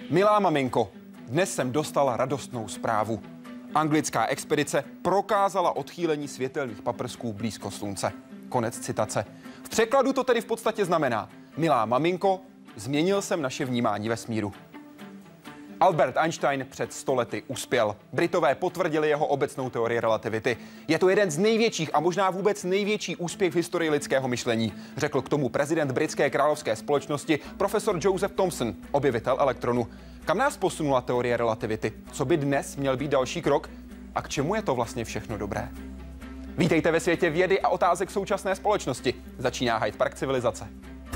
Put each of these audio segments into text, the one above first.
Milá maminko, dnes jsem dostala radostnou zprávu. Anglická expedice prokázala odchýlení světelných paprsků blízko slunce. Konec citace. V překladu to tedy v podstatě znamená: milá maminko, změnil jsem naše vnímání vesmíru. Albert Einstein před 100 lety uspěl. Britové potvrdili jeho obecnou teorii relativity. Je to jeden z největších a možná vůbec největší úspěch v historii lidského myšlení, řekl k tomu prezident britské královské společnosti profesor Joseph Thomson, objevitel elektronu. Kam nás posunula teorie relativity? Co by dnes měl být další krok? A k čemu je to vlastně všechno dobré? Vítejte ve světě vědy a otázek současné společnosti. Začíná Hyde Park civilizace.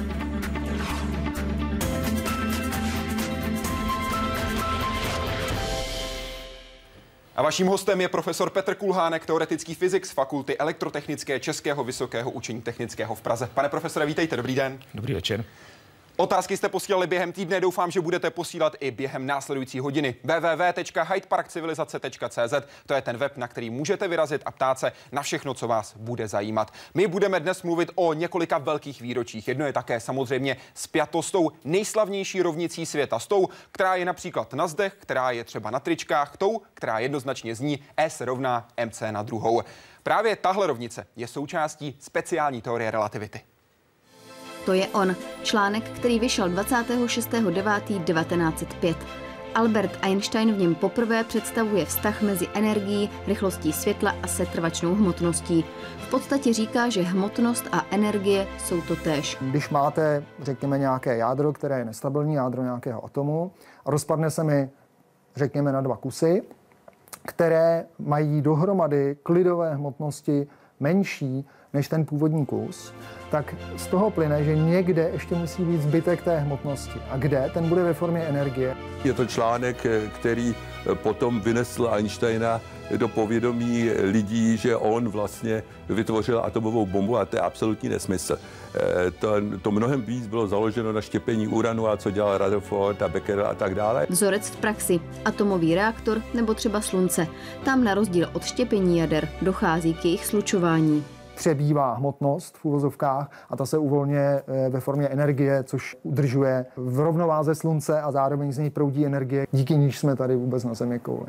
A vaším hostem je profesor Petr Kulhánek, teoretický fyzik z Fakulty elektrotechnické Českého vysokého učení technického v Praze. Pane profesore, vítejte, dobrý den. Dobrý večer. Otázky jste posílali během týdne, doufám, že budete posílat i během následující hodiny. www.hydeparkcivilizace.cz, to je ten web, na který můžete vyrazit a ptát se na všechno, co vás bude zajímat. My budeme dnes mluvit o několika velkých výročích. Jedno je také samozřejmě spjato s tou nejslavnější rovnicí světa, s tou, která je například na zdech, která je třeba na tričkách, tou, která jednoznačně zní S rovná mc na druhou. Právě tahle rovnice je součástí speciální teorie relativity. To je on, článek, který vyšel 26.9.1905. Albert Einstein v něm poprvé představuje vztah mezi energií, rychlostí světla a setrvačnou hmotností. V podstatě říká, že hmotnost a energie jsou totéž. Když máte, řekněme, nějaké jádro, které je nestabilní, jádro nějakého atomu, a rozpadne se mi, řekněme, na dva kusy, které mají dohromady klidové hmotnosti menší než ten původní kus, tak z toho plyne, že někde ještě musí být zbytek té hmotnosti. A kde? Ten bude ve formě energie. Je to článek, který potom vynesl Einsteina do povědomí lidí, že on vlastně vytvořil atomovou bombu, a to je absolutní nesmysl. To mnohem víc bylo založeno na štěpení uranu, a co dělal Rutherford a Becquerel a tak dále. Vzorec v praxi, atomový reaktor nebo třeba slunce. Tam na rozdíl od štěpení jader dochází k jejich slučování. Přebývá hmotnost v uvozovkách a ta se uvolňuje ve formě energie, což udržuje v rovnováze slunce a zároveň z něj proudí energie, díky níž jsme tady vůbec na Zeměkouli.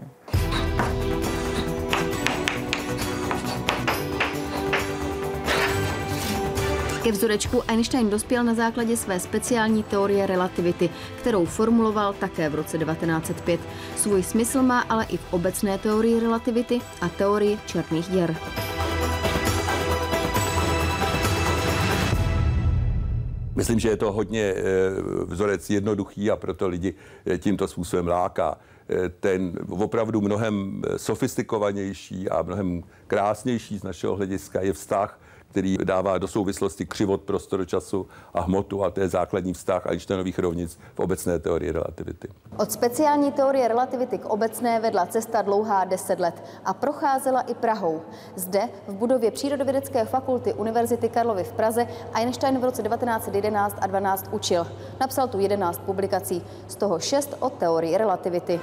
Ke vzorečku Einstein dospěl na základě své speciální teorie relativity, kterou formuloval také v roce 1905. Svůj smysl má ale i v obecné teorii relativity a teorii černých děr. Myslím, že je to hodně vzorec jednoduchý a proto lidi tímto způsobem láká. Ten opravdu mnohem sofistikovanější a mnohem krásnější z našeho hlediska je vztah, který dává do souvislosti křivot prostoru-času a hmotu, a to je základní vztah Einsteinových rovnic v obecné teorii relativity. Od speciální teorie relativity k obecné vedla cesta dlouhá 10 let a procházela i Prahou. Zde, v budově Přírodovědecké fakulty Univerzity Karlovy v Praze, Einstein v roce 1911 a 12 učil. Napsal tu 11 publikací, z toho 6 o teorii relativity.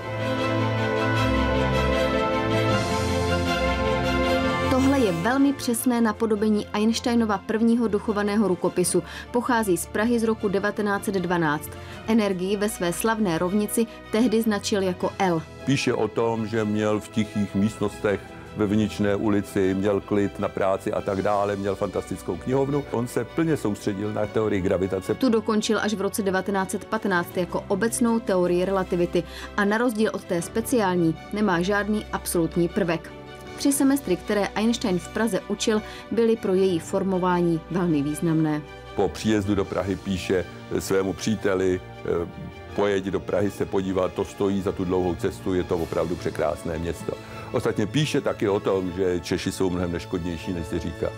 Tohle je velmi přesné napodobení Einsteinova prvního dochovaného rukopisu. Pochází z Prahy z roku 1912. Energii ve své slavné rovnici tehdy značil jako L. Píše o tom, že měl v tichých místnostech ve Viničné ulici, měl klid na práci a tak dále, měl fantastickou knihovnu. On se plně soustředil na teorii gravitace. Tu dokončil až v roce 1915 jako obecnou teorii relativity a na rozdíl od té speciální nemá žádný absolutní prvek. 3 semestry, které Einstein v Praze učil, byly pro její formování velmi významné. Po příjezdu do Prahy píše svému příteli: pojeď do Prahy se podívat, to stojí za tu dlouhou cestu, je to opravdu překrásné město. Ostatně píše taky o tom, že Češi jsou mnohem neškodnější, než se říká.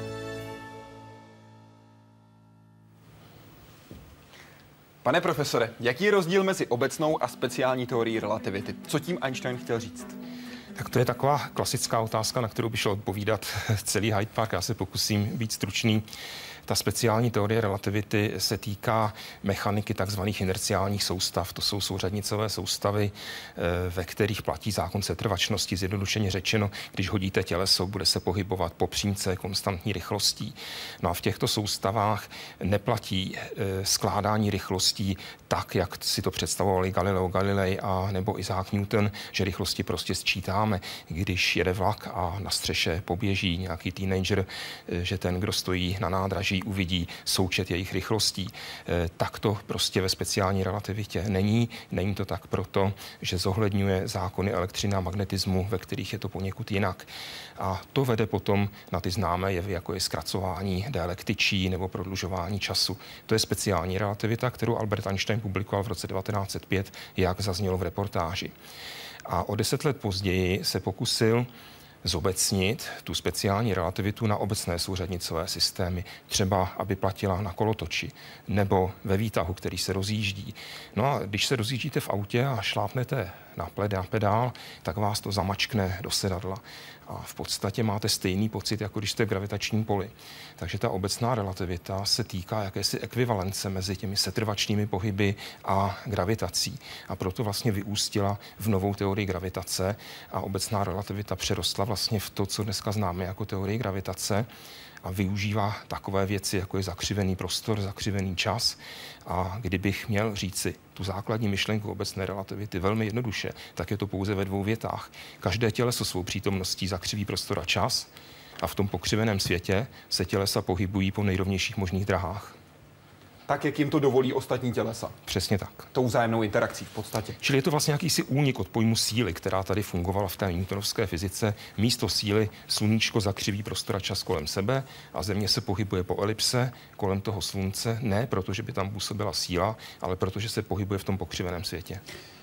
Pane profesore, jaký je rozdíl mezi obecnou a speciální teorií relativity? Co tím Einstein chtěl říct? Tak to je taková klasická otázka, na kterou by šel odpovídat celý Hyde Park. Já se pokusím být stručný. Ta speciální teorie relativity se týká mechaniky takzvaných inerciálních soustav. To jsou souřadnicové soustavy, ve kterých platí zákon setrvačnosti. Zjednodušeně řečeno, když hodíte těleso, bude se pohybovat po přímce konstantní rychlostí. No a v těchto soustavách neplatí skládání rychlostí tak, jak si to představovali Galileo Galilei a nebo Isaac Newton, že rychlosti prostě sčítáme. Když jede vlak a na střeše poběží nějaký teenager, že ten, kdo stojí na nádraží, uvidí součet jejich rychlostí. Tak to prostě ve speciální relativitě není. Není to tak proto, že zohledňuje zákony elektřiny a magnetismu, ve kterých je to poněkud jinak. A to vede potom na ty známé jevy, jako je zkracování délek tyčí nebo prodlužování času. To je speciální relativita, kterou Albert Einstein publikoval v roce 1905, jak zaznělo v reportáži. A o 10 let později se pokusil zobecnit tu speciální relativitu na obecné souřadnicové systémy, třeba aby platila na kolotoči nebo ve výtahu, který se rozjíždí. No a když se rozjíždíte v autě a šlápnete na pedál, tak vás to zamačkne do sedadla. A v podstatě máte stejný pocit, jako když jste v gravitačním poli. Takže ta obecná relativita se týká jakési ekvivalence mezi těmi setrvačnými pohyby a gravitací. A proto vlastně vyústila v novou teorii gravitace a obecná relativita přerostla vlastně v to, co dneska známe jako teorii gravitace, a využívá takové věci, jako je zakřivený prostor, zakřivený čas. A kdybych měl říci tu základní myšlenku obecné relativity velmi jednoduše, tak je to pouze ve 2 větách. Každé těleso svou přítomností zakřiví prostor a čas a v tom pokřiveném světě se tělesa pohybují po nejrovnějších možných drahách. Tak, jak jim to dovolí ostatní tělesa. Přesně tak. Tou vzájemnou interakcí v podstatě. Čili je to vlastně jakýsi únik od pojmu síly, která tady fungovala v té newtonovské fyzice. Místo síly sluníčko zakřiví prostor a čas kolem sebe a Země se pohybuje po elipse kolem toho slunce, ne protože by tam působila síla, ale protože se pohybuje v tom pokřiveném světě.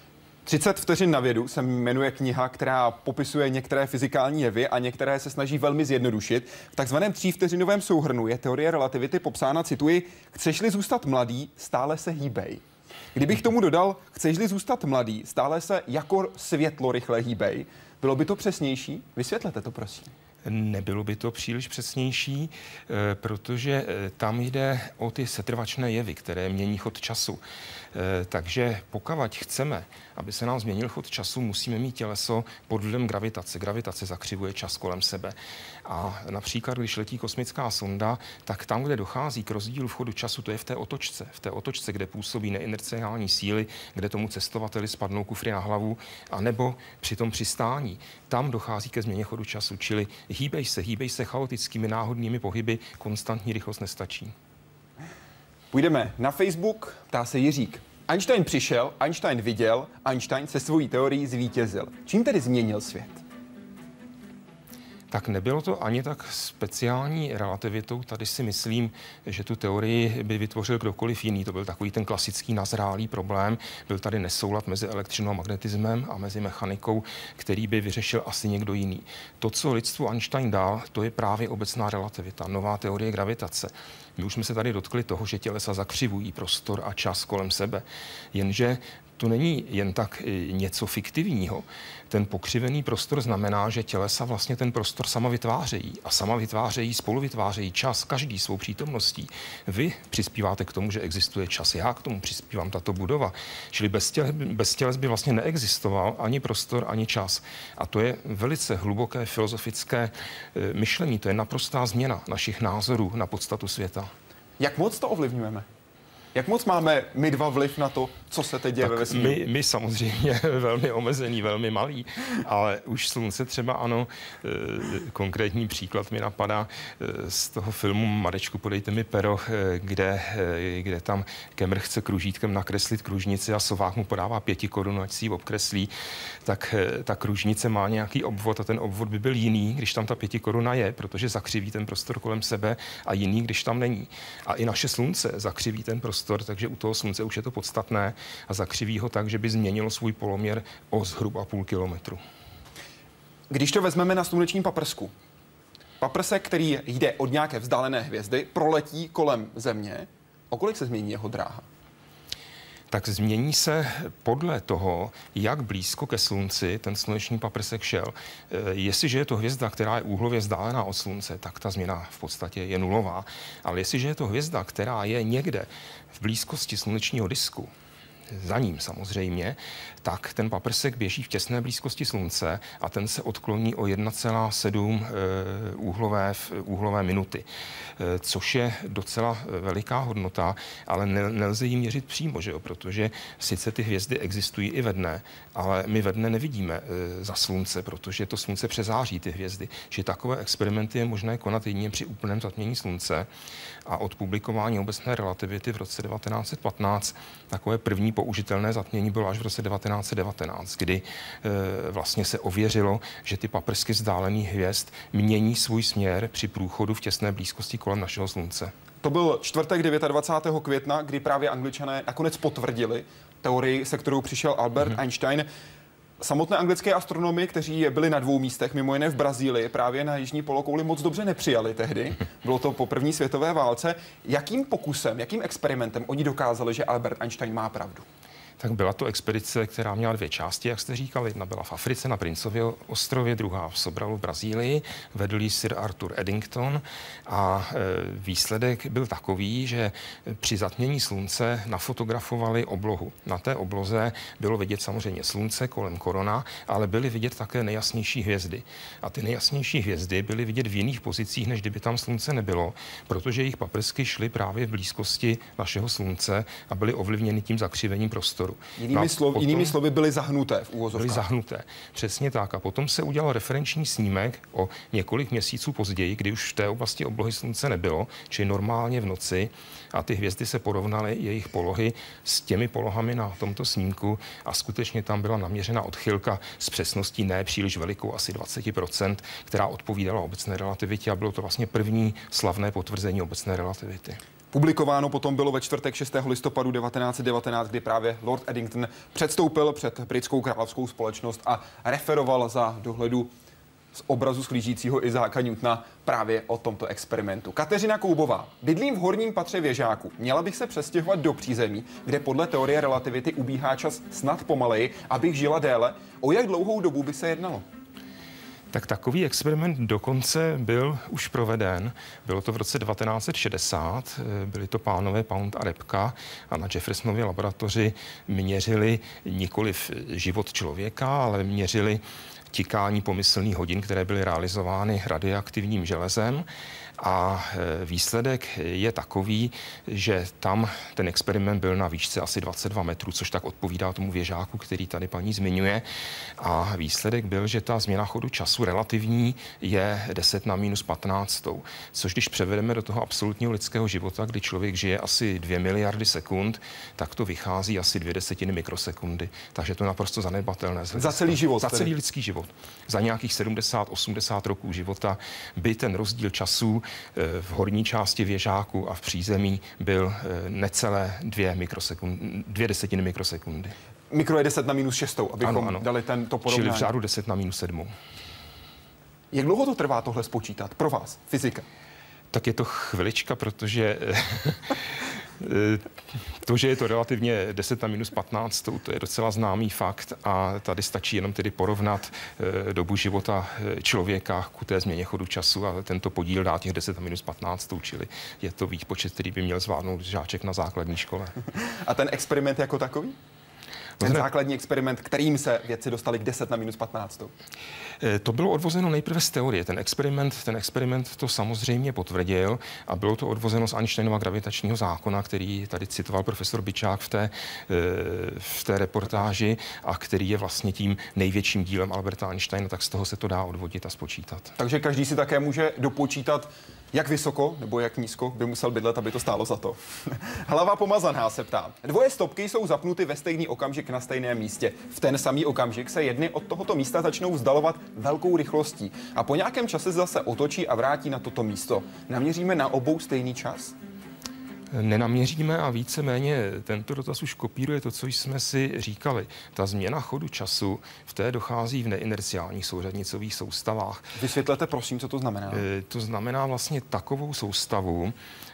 30 vteřin na vědu se jmenuje kniha, která popisuje některé fyzikální jevy a některé se snaží velmi zjednodušit. V takzvaném 3vteřinovém souhrnu je teorie relativity popsána, cituji, chceš-li zůstat mladý, stále se hýbej. Kdybych tomu dodal, chceš-li zůstat mladý, stále se jako světlo rychle hýbej, bylo by to přesnější? Vysvětlete to, prosím. Nebylo by to příliš přesnější, protože tam jde o ty setrvačné jevy, které mění chod času. Takže pokud chceme, aby se nám změnil chod času, musíme mít těleso pod vlivem gravitace. Gravitace zakřivuje čas kolem sebe. A například, když letí kosmická sonda, tak tam, kde dochází k rozdílu v chodu času, to je v té otočce. V té otočce, kde působí neinerciální síly, kde tomu cestovateli spadnou kufry na hlavu, anebo při tom přistání. Tam dochází ke změně chodu času, čili hýbej se chaotickými náhodnými pohyby, konstantní rychlost nestačí. Půjdeme na Facebook, ptá se Jiřík. Einstein přišel, Einstein viděl, Einstein se svojí teorií zvítězil. Čím tedy změnil svět? Tak nebylo to ani tak speciální relativitou. Tady si myslím, že tu teorii by vytvořil kdokoliv jiný. To byl takový ten klasický nazrálý problém. Byl tady nesoulad mezi elektřinou a magnetismem a mezi mechanikou, který by vyřešil asi někdo jiný. To, co lidstvu Einstein dal, to je právě obecná relativita, nová teorie gravitace. My už jsme se tady dotkli toho, že tělesa zakřivují prostor a čas kolem sebe. Jenže to není jen tak něco fiktivního. Ten pokřivený prostor znamená, že tělesa vlastně ten prostor sama vytvářejí. A sama vytvářejí, spolu vytvářejí čas, každý svou přítomností. Vy přispíváte k tomu, že existuje čas. Já k tomu přispívám, tato budova. Čili bez těles by vlastně neexistoval ani prostor, ani čas. A to je velice hluboké filozofické myšlení. To je naprostá změna našich názorů na podstatu světa. Jak moc to ovlivňujeme? Jak moc máme my dva vliv na to, co se teď děje ve vesmíru? My samozřejmě velmi omezený, velmi malý, ale už slunce třeba ano. Konkrétní příklad mi napadá z toho filmu Marečku, podejte mi pero, kde tam Kemr chce kružítkem nakreslit kružnici a Sovák mu podává 5 korun, ať si ji obkreslí. Tak ta kružnice má nějaký obvod a ten obvod by byl jiný, když tam ta 5 koruna je, protože zakřiví ten prostor kolem sebe, a jiný, když tam není. A i naše slunce zakřiví ten prostor, takže u toho slunce už je to podstatné a zakřiví ho tak, že by změnilo svůj poloměr o zhruba 0,5 kilometru. Když to vezmeme na slunečním paprsku, paprsek, který jde od nějaké vzdálené hvězdy, proletí kolem Země, o kolik se změní jeho dráha? Tak změní se podle toho, jak blízko ke Slunci ten sluneční paprsek šel. Jestliže je to hvězda, která je úhlově vzdálená od Slunce, tak ta změna v podstatě je nulová. Ale jestliže je to hvězda, která je někde v blízkosti slunečního disku, za ním samozřejmě, tak ten paprsek běží v těsné blízkosti Slunce a ten se odkloní o 1,7 úhlové minuty, což je docela veliká hodnota, ale nelze ji měřit přímo, že jo? Protože sice ty hvězdy existují i ve dne, ale my ve dne nevidíme za Slunce, protože to Slunce přezáří ty hvězdy. Že takové experimenty je možné konat jedině při úplném zatmění Slunce a od publikování obecné relativity v roce 1915 takové první použitelné zatmění bylo až v roce 1919, kdy vlastně se ověřilo, že ty paprsky vzdálených hvězd mění svůj směr při průchodu v těsné blízkosti kolem našeho Slunce. To byl čtvrtek 29. května, kdy právě Angličané nakonec potvrdili teorii, se kterou přišel Albert Einstein. Samotné anglické astronomy, kteří byli na 2 místech, mimo jiné v Brazílii, právě na jižní polokouli, moc dobře nepřijali tehdy. Bylo to po první světové válce. Jakým pokusem, jakým experimentem oni dokázali, že Albert Einstein má pravdu? Tak byla to expedice, která měla 2 části, jak jste říkal. Jedna byla v Africe na Princově ostrově, druhá v Sobralu v Brazílii. Vedl ji Sir Arthur Eddington a výsledek byl takový, že při zatmění Slunce nafotografovali oblohu. Na té obloze bylo vidět samozřejmě Slunce kolem korona, ale byly vidět také nejjasnější hvězdy. A ty nejjasnější hvězdy byly vidět v jiných pozicích, než kdyby tam Slunce nebylo, protože jejich paprsky šly právě v blízkosti našeho Slunce a byly ovlivněny tím zakřivením prostoru. Jinými slovy byly zahnuté v úvozovkách. Byly zahnuté, přesně tak. A potom se udělal referenční snímek o několik měsíců později, kdy už v té oblasti oblohy Slunce nebylo, či normálně v noci, a ty hvězdy se porovnaly, jejich polohy s těmi polohami na tomto snímku a skutečně tam byla naměřena odchylka s přesností ne příliš velikou, asi 20%, která odpovídala obecné relativitě a bylo to vlastně první slavné potvrzení obecné relativity. Publikováno potom bylo ve čtvrtek 6. listopadu 1919, kdy právě Lord Eddington předstoupil před britskou královskou společnost a referoval za dohledu z obrazu sklížícího Izáka Newtona právě o tomto experimentu. Kateřina Koubová. Bydlím v horním patře věžáku. Měla bych se přestěhovat do přízemí, kde podle teorie relativity ubíhá čas snad pomaleji, abych žila déle. O jak dlouhou dobu by se jednalo? Tak takový experiment dokonce byl už proveden. Bylo to v roce 1960. Byli to pánové Pound a Repka a na Jeffersonově laboratoři měřili nikoliv život člověka, ale měřili tikání pomyslných hodin, které byly realizovány radioaktivním železem. A výsledek je takový, že tam ten experiment byl na výšce asi 22 metrů, což tak odpovídá tomu věžáku, který tady paní zmiňuje. A výsledek byl, že ta změna chodu času relativní je 10 na minus 15. Což když převedeme do toho absolutního lidského života, kdy člověk žije asi 2 miliardy sekund, tak to vychází asi 0,2 mikrosekundy. Takže to je naprosto zanedbatelné. Za celý život? Za celý lidský život. Za nějakých 70-80 roků života by ten rozdíl času v horní části věžáku a v přízemí byl necelé 0,2 mikrosekundy. Mikro je 10 na minus 6, abychom dali to porovnání. Čili v řádu 10 na minus 7. Jak dlouho to trvá tohle spočítat pro vás, fyzika? Tak je to chvilička, protože to, že je to relativně 10 na minus 15, to je docela známý fakt a tady stačí jenom tedy porovnat dobu života člověka ku té změně chodu času a tento podíl dá těch 10 na minus 15, čili je to výpočet, který by měl zvládnout žáček na základní škole. A ten experiment jako takový? Ten základní experiment, kterým se vědci dostali k 10 na minus 15. To bylo odvozeno nejprve z teorie. Ten experiment to samozřejmě potvrdil a bylo to odvozeno z Einsteinova gravitačního zákona, který tady citoval profesor Bičák v té reportáži a který je vlastně tím největším dílem Alberta Einsteina, tak z toho se to dá odvodit a spočítat. Takže každý si také může dopočítat, jak vysoko nebo jak nízko by musel bydlet, aby to stálo za to. Hlava pomazaná se ptá. 2 stopky jsou zapnuty ve stejný okamžik na stejném místě. V ten samý okamžik se jedny od tohoto místa začnou vzdalovat velkou rychlostí a po nějakém čase zase otočí a vrátí na toto místo. Naměříme na obou stejný čas? Nenaměříme a víceméně tento dotaz už kopíruje to, co jsme si říkali. Ta změna chodu času v té dochází v neinerciálních souřadnicových soustavách. Vysvětlete prosím, co to znamená. To znamená vlastně takovou soustavu,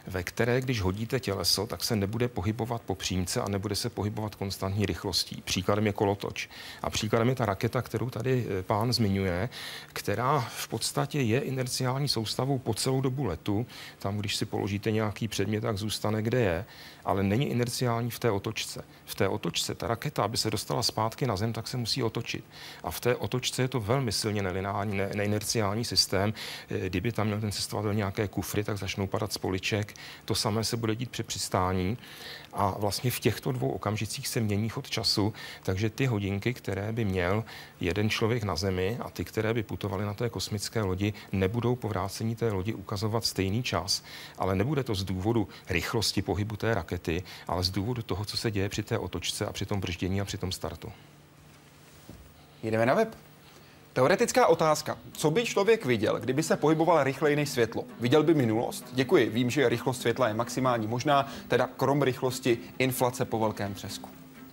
ve které, když hodíte těleso, tak se nebude pohybovat po přímce a nebude se pohybovat konstantní rychlostí. Příkladem je kolotoč. A příkladem je ta raketa, kterou tady pán zmiňuje, která v podstatě je inerciální soustavou po celou dobu letu. Tam, když si položíte nějaký předmět, tak zůstane, kde je, ale není inerciální v té otočce. V té otočce ta raketa, aby se dostala zpátky na Zem, tak se musí otočit. A v té otočce je to velmi silně neinerciální systém. Kdyby tam měl ten cestovatel nějaké kufry, tak začnou padat z poliček. To samé se bude dít při přistání. A vlastně v těchto dvou okamžicích se mění chod času, takže ty hodinky, které by měl jeden člověk na Zemi a ty, které by putovaly na té kosmické lodi, nebudou po vrácení té lodi ukazovat stejný čas, ale nebude to z důvodu rychlosti pohybu té rakety, ale z důvodu toho, co se děje při té otočce a při tom brždění a při tom startu. Jdeme na web. Teoretická otázka. Co by člověk viděl, kdyby se pohyboval rychleji než světlo? Viděl by minulost? Děkuji, vím, že rychlost světla je maximální možná, teda krom rychlosti inflace po velkém třesku.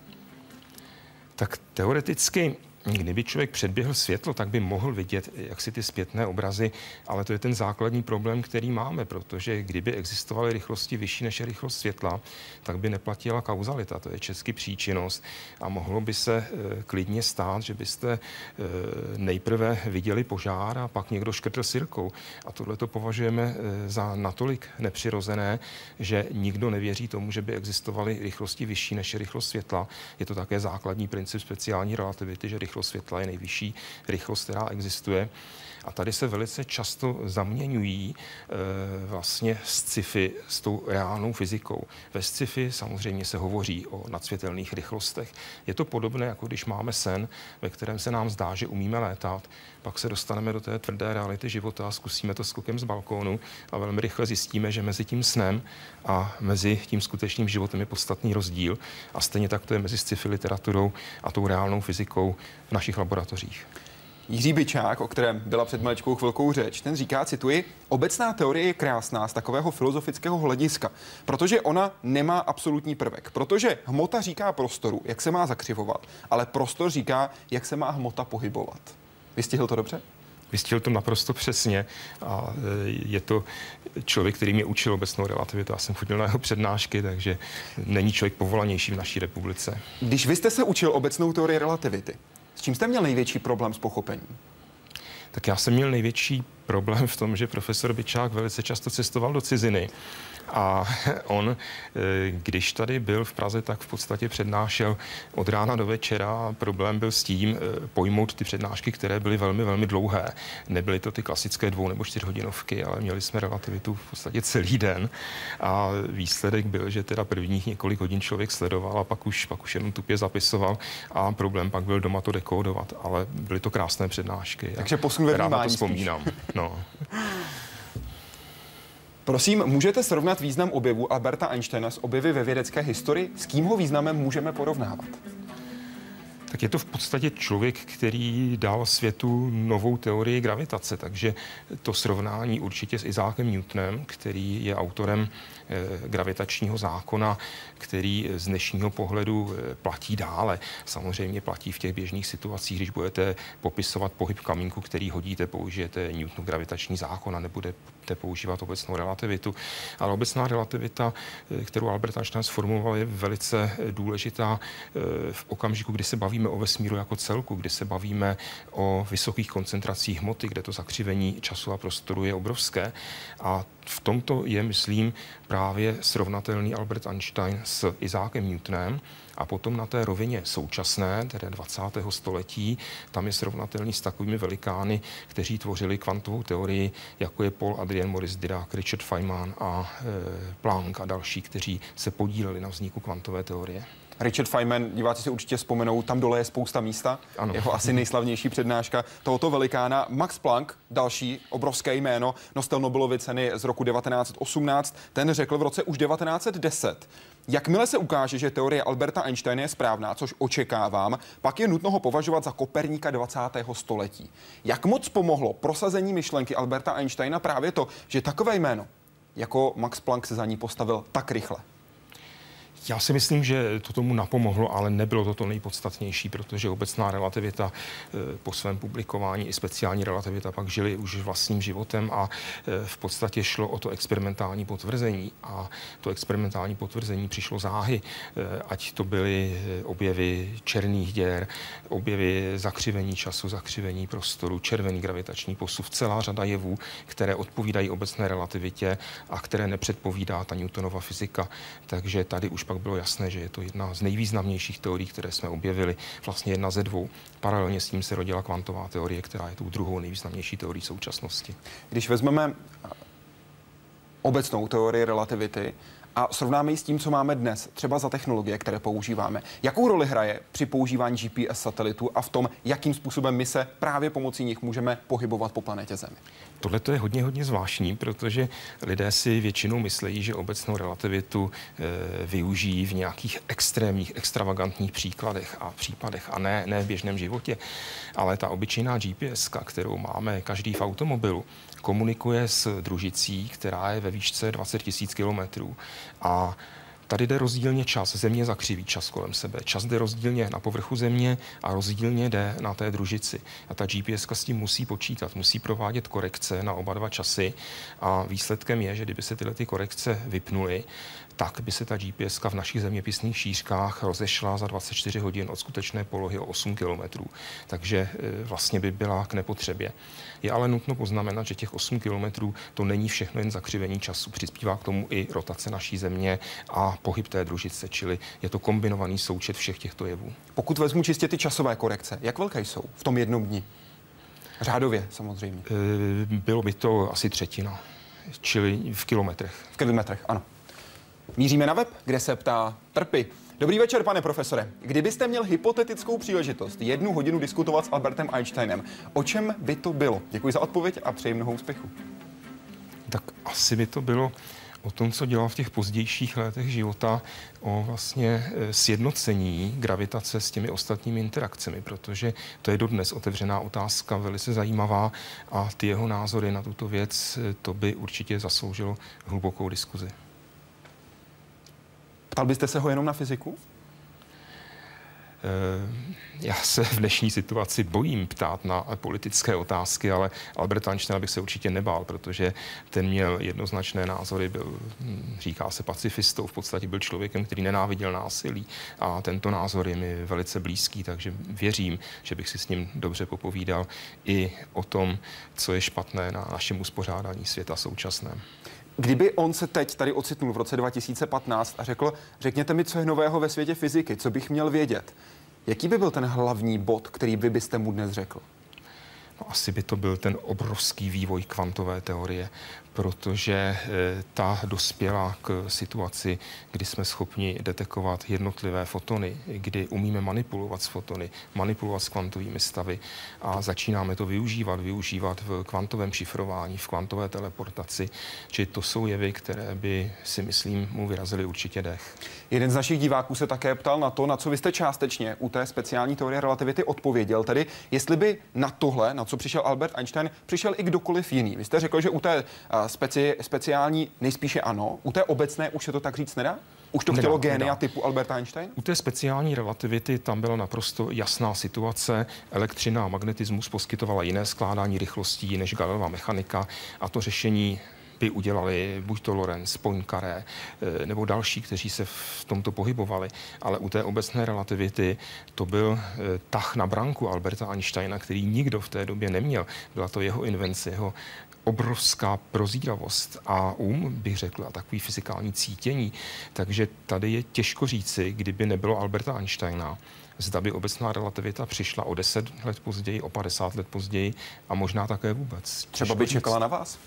Tak teoreticky, kdyby člověk předběhl světlo, tak by mohl vidět jaksi ty zpětné obrazy, ale to je ten základní problém, který máme, protože kdyby existovaly rychlosti vyšší než je rychlost světla, tak by neplatila kauzalita, to je česky příčinnost a mohlo by se klidně stát, že byste nejprve viděli požár a pak někdo škrtl sirkou. A tohle to považujeme za natolik nepřirozené, že nikdo nevěří tomu, že by existovaly rychlosti vyšší než je rychlost světla. Je to také základní princip speciální relativity, že rychlost světla je nejvyšší rychlost, která existuje. A tady se velice často zaměňují vlastně sci-fi s tou reálnou fyzikou. Ve sci-fi samozřejmě se hovoří o nadsvětelných rychlostech. Je to podobné, jako když máme sen, ve kterém se nám zdá, že umíme létat, pak se dostaneme do té tvrdé reality života, zkusíme to skokem z balkónu a velmi rychle zjistíme, že mezi tím snem a mezi tím skutečným životem je podstatný rozdíl. A stejně tak to je mezi sci-fi literaturou a tou reálnou fyzikou v našich laboratořích. Jiří Byčák, o kterém byla před maličkou chvilkou řeč, ten říká, cituji, obecná teorie je krásná z takového filozofického hlediska, protože ona nemá absolutní prvek, protože hmota říká prostoru, jak se má zakřivovat, ale prostor říká, jak se má hmota pohybovat. Vystihl to dobře? Vystihl to naprosto přesně a je to člověk, který mě učil obecnou relativitu. Já jsem chodil na jeho přednášky, takže není člověk povolanější v naší republice. Když vy jste se učil obecnou teorii relativity, s čím jste měl největší problém s pochopením? Tak já jsem měl největší problém v tom, že profesor Byčák velice často cestoval do ciziny. A on, když tady byl v Praze, tak v podstatě přednášel od rána do večera. Problém byl s tím pojmout ty přednášky, které byly velmi, velmi dlouhé. Nebyly to ty klasické 2 nebo 4 hodinovky, ale měli jsme relativitu v podstatě celý den. A výsledek byl, že teda prvních několik hodin člověk sledoval a pak už jenom tupě zapisoval a problém pak byl doma to dekódovat. Ale byly to krásné přednášky. Takže posun ve vnímání. Rád na to vzpomínám. No. Prosím, můžete srovnat význam objevu Alberta Einsteina s objevy ve vědecké historii? S kým ho významem můžeme porovnávat? Tak je to v podstatě člověk, který dal světu novou teorii gravitace, takže to srovnání určitě s Isaakem Newtonem, který je autorem gravitačního zákona, který z dnešního pohledu platí dále. Samozřejmě platí v těch běžných situacích, když budete popisovat pohyb kamínku, který hodíte, použijete Newtonův gravitační zákon a nebudete používat obecnou relativitu. Ale obecná relativita, kterou Albert Einstein sformuloval, je velice důležitá v okamžiku, kdy se bavíme o vesmíru jako celku, kdy se bavíme o vysokých koncentracích hmoty, kde to zakřivení času a prostoru je obrovské. A v tomto je, myslím, právě srovnatelný Albert Einstein s Isaakem Newtonem. A potom na té rovině současné, tedy 20. století, tam je srovnatelný s takovými velikány, kteří tvořili kvantovou teorii, jako je Paul Adrien, Maurice Dirac, Richard Feynman a Planck a další, kteří se podíleli na vzniku kvantové teorie. Richard Feynman, diváci si určitě vzpomenou, tam dole je spousta místa. Ano. Jeho asi nejslavnější přednáška tohoto velikána. Max Planck, další obrovské jméno, nosil Nobelovy ceny z roku 1918, ten řekl v roce už 1910. Jakmile se ukáže, že teorie Alberta Einsteina je správná, což očekávám, pak je nutno ho považovat za Koperníka 20. století. Jak moc pomohlo prosazení myšlenky Alberta Einsteina právě to, že takové jméno jako Max Planck se za ní postavil tak rychle? Já si myslím, že to tomu napomohlo, ale nebylo to nejpodstatnější, protože obecná relativita po svém publikování i speciální relativita pak žili už vlastním životem a v podstatě šlo o to experimentální potvrzení. A to experimentální potvrzení přišlo záhy, ať to byly objevy černých děr, objevy zakřivení času, zakřivení prostoru, červený gravitační posuv, celá řada jevů, které odpovídají obecné relativitě a které nepředpovídá ta Newtonova fyzika. Takže tady už pak bylo jasné, že je to jedna z nejvýznamnějších teorií, které jsme objevili, vlastně jedna ze dvou. Paralelně s tím se rodila kvantová teorie, která je tou druhou nejvýznamnější teorií současnosti. Když vezmeme obecnou teorii relativity a srovnáme ji s tím, co máme dnes, třeba za technologie, které používáme, jakou roli hraje při používání GPS satelitů a v tom, jakým způsobem my se právě pomocí nich můžeme pohybovat po planetě Zemi? Tohle to je hodně zvláštní, protože lidé si většinou myslejí, že obecnou relativitu využijí v nějakých extrémních, extravagantních příkladech a případech a ne v běžném životě. Ale ta obyčejná GPS, kterou máme každý v automobilu, komunikuje s družicí, která je ve výšce 20 000 kilometrů. A tady jde rozdílně čas. Země zakřiví čas kolem sebe. Čas jde rozdílně na povrchu Země a rozdílně jde na té družici. A ta GPS s tím musí počítat, musí provádět korekce na oba dva časy. A výsledkem je, že kdyby se tyhle ty korekce vypnuly, tak by se ta GPS v našich zeměpisných šířkách rozešla za 24 hodin od skutečné polohy o 8 kilometrů. Takže vlastně by byla k nepotřebě. Je ale nutno poznamenat, že těch 8 kilometrů to není všechno jen zakřivení času. Přispívá k tomu i rotace naší Země a pohyb té družice, čili je to kombinovaný součet všech těchto jevů. Pokud vezmu čistě ty časové korekce, jak velké jsou v tom jednom dni? Řádově samozřejmě. Bylo by to asi třetina, čili v kilometrech. V kilometrech, ano. Míříme na web, kde se ptá Trpy. Dobrý večer, pane profesore. Kdybyste měl hypotetickou příležitost 1 hodinu diskutovat s Albertem Einsteinem, o čem by to bylo? Děkuji za odpověď a přeji mnoho úspěchu. Tak asi by to bylo o tom, co dělal v těch pozdějších letech života, o vlastně sjednocení gravitace s těmi ostatními interakcemi, protože to je dodnes otevřená otázka, velice zajímavá a ty jeho názory na tuto věc, to by určitě zasloužilo hlubokou diskuzi. Ptal byste se ho jenom na fyziku? Já se v dnešní situaci bojím ptát na politické otázky, ale Albert Einstein bych se určitě nebál, protože ten měl jednoznačné názory, byl, říká se, pacifistou, v podstatě byl člověkem, který nenáviděl násilí a tento názor je mi velice blízký, takže věřím, že bych si s ním dobře popovídal i o tom, co je špatné na našem uspořádání světa současném. Kdyby on se teď tady ocitnul v roce 2015 a řekl, řekněte mi, co je nového ve světě fyziky, co bych měl vědět, jaký by byl ten hlavní bod, který vy byste mu dnes řekl? No, asi by to byl ten obrovský vývoj kvantové teorie, protože ta dospěla k situaci, kdy jsme schopni detekovat jednotlivé fotony, kdy umíme manipulovat s fotony, manipulovat s kvantovými stavy a začínáme to využívat v kvantovém šifrování, v kvantové teleportaci. Čili to jsou jevy, které by, si myslím, mu vyrazily určitě dech. Jeden z našich diváků se také ptal na to, na co vy jste částečně u té speciální teorie relativity odpověděl, tedy jestli by na tohle, na co přišel Albert Einstein, přišel i kdokoliv jiný. Vy jste řekl, že u té speciální nejspíše ano, u té obecné už se to tak říct nedá? Už to chtělo génia typu Albert Einstein? U té speciální relativity tam byla naprosto jasná situace. Elektřina a magnetismus poskytovala jiné skládání rychlostí než Galileova mechanika a to řešení by udělali buď to Lorentz, Poincaré nebo další, kteří se v tomto pohybovali. Ale u té obecné relativity to byl tah na branku Alberta Einsteina, který nikdo v té době neměl. Byla to jeho invence, jeho obrovská prozíravost a bych řekl, a takový fyzikální cítění. Takže tady je těžko říci, kdyby nebylo Alberta Einsteina, zda by obecná relativita přišla o 10 let později, o 50 let později a možná také vůbec. Třeba by čekala na vás?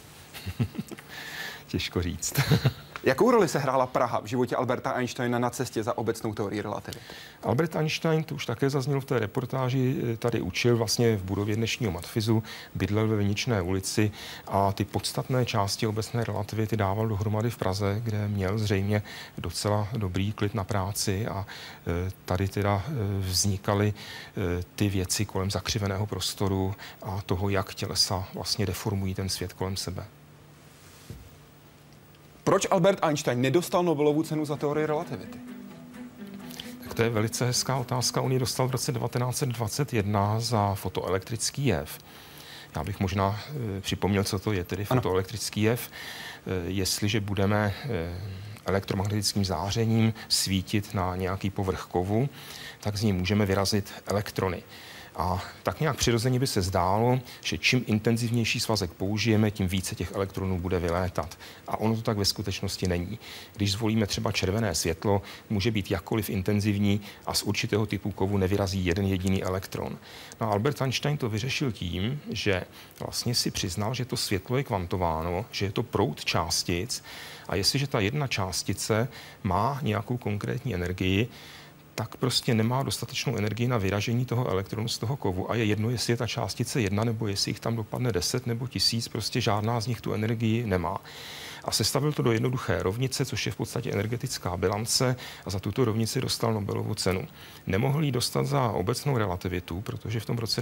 Těžko říct. Jakou roli se hrála Praha v životě Alberta Einsteina na cestě za obecnou teorii relativity? Albert Einstein, to už také zaznělo v té reportáži, tady učil vlastně v budově dnešního matfizu, bydlel ve Viničné ulici a ty podstatné části obecné relativity dával dohromady v Praze, kde měl zřejmě docela dobrý klid na práci a tady teda vznikaly ty věci kolem zakřiveného prostoru a toho, jak tělesa vlastně deformují ten svět kolem sebe. Proč Albert Einstein nedostal Nobelovu cenu za teorii relativity? To je velice hezká otázka. On ji dostal v roce 1921 za fotoelektrický jev. Já bych možná připomněl, co to je tedy fotoelektrický jev. Jestliže budeme elektromagnetickým zářením svítit na nějaký povrch kovu, tak z ní můžeme vyrazit elektrony. A tak nějak přirozeně by se zdálo, že čím intenzivnější svazek použijeme, tím více těch elektronů bude vylétat. A ono to tak ve skutečnosti není. Když zvolíme třeba červené světlo, může být jakkoliv intenzivní a z určitého typu kovu nevyrazí jeden jediný elektron. No a Albert Einstein to vyřešil tím, že vlastně si přiznal, že to světlo je kvantováno, že je to proud částic a jestliže ta jedna částice má nějakou konkrétní energii, tak prostě nemá dostatečnou energii na vyražení toho elektronu z toho kovu a je jedno, jestli je ta částice jedna, nebo jestli jich tam dopadne 10 nebo 1000, prostě žádná z nich tu energii nemá. A sestavil to do jednoduché rovnice, což je v podstatě energetická bilance a za tuto rovnici dostal Nobelovu cenu. Nemohl ji dostat za obecnou relativitu, protože v tom roce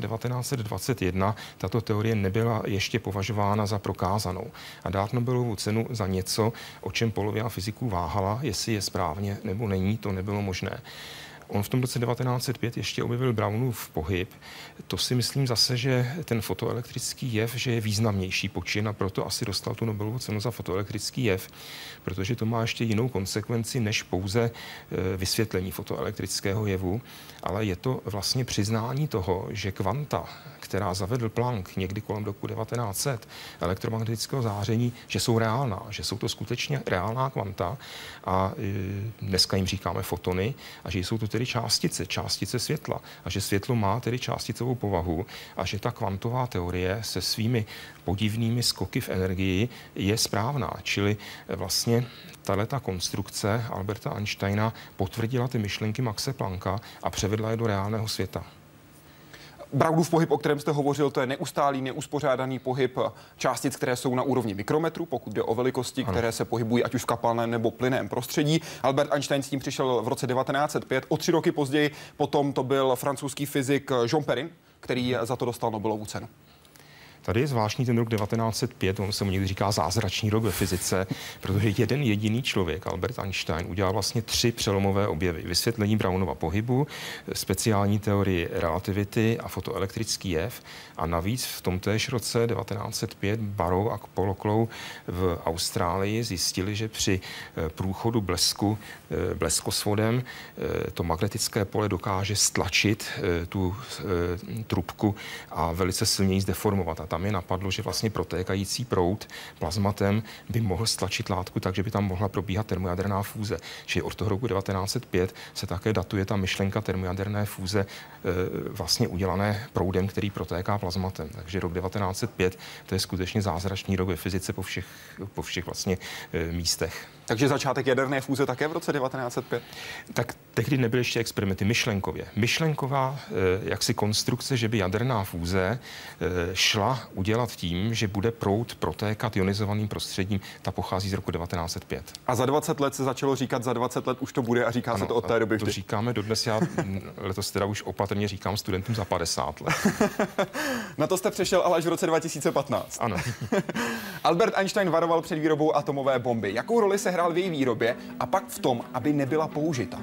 1921 tato teorie nebyla ještě považována za prokázanou. A dát Nobelovu cenu za něco, o čem polovina fyziků váhala, jestli je správně nebo není, to nebylo možné. On v tom roce 1905 ještě objevil Brownův pohyb. To si myslím zase, že ten fotoelektrický jev, že je významnější počin a proto asi dostal tu Nobelovu cenu za fotoelektrický jev, protože to má ještě jinou konsekvenci než pouze vysvětlení fotoelektrického jevu, ale je to vlastně přiznání toho, že kvanta, která zavedl Planck někdy kolem roku 1900 elektromagnetického záření, že jsou reálná, že jsou to skutečně reálná kvanta a dneska jim říkáme fotony a že jsou to tedy částice světla a že světlo má tedy částicovou povahu a že ta kvantová teorie se svými podivnými skoky v energii je správná. Čili vlastně tato konstrukce Alberta Einsteina potvrdila ty myšlenky Maxe Plancka a převedla je do reálného světa. Brownův pohyb, o kterém jste hovořil, to je neustálý, neuspořádaný pohyb částic, které jsou na úrovni mikrometru, pokud jde o velikosti, které se pohybují ať už v kapalném nebo plynném prostředí. Albert Einstein s tím přišel v roce 1905. O 3 roky později potom to byl francouzský fyzik Jean Perrin, který za to dostal Nobelovu cenu. Tady je zvláštní ten rok 1905, on se mu někdy říká zázračný rok ve fyzice, protože jeden jediný člověk, Albert Einstein, udělal vlastně 3 přelomové objevy. Vysvětlení Brownova pohybu, speciální teorii relativity a fotoelektrický jev. A navíc v tomtéž roce 1905 Barrow a Poloklow v Austrálii zjistili, že při průchodu bleskosvodem to magnetické pole dokáže stlačit tu trubku a velice silněji zdeformovat. A tam je napadlo, že vlastně protékající proud plazmatem by mohl stlačit látku tak, že by tam mohla probíhat termojaderná fúze. Čili od toho roku 1905 se také datuje ta myšlenka termojaderné fúze vlastně udělané proudem, který protéká plazmatem. Takže rok 1905 to je skutečně zázračný rok ve fyzice po všech vlastně místech. Takže začátek jaderné fúze také v roce 1905? Tak tehdy nebyly ještě experimenty myšlenkově. Myšlenková jaksi konstrukce, že by jaderná fúze šla udělat tím, že bude proud protékat ionizovaným prostředím, ta pochází z roku 1905. A za 20 let se začalo říkat, za 20 let už to bude a říká ano, se to od té doby vždy. To říkáme dodnes, já letos teda už opatrně říkám studentům za 50 let. Na to jste přešel ale až v roce 2015. Ano. Albert Einstein varoval před výrobou atomové bomby. Jakou roli se hrál v její výrobě a pak v tom, aby nebyla použita?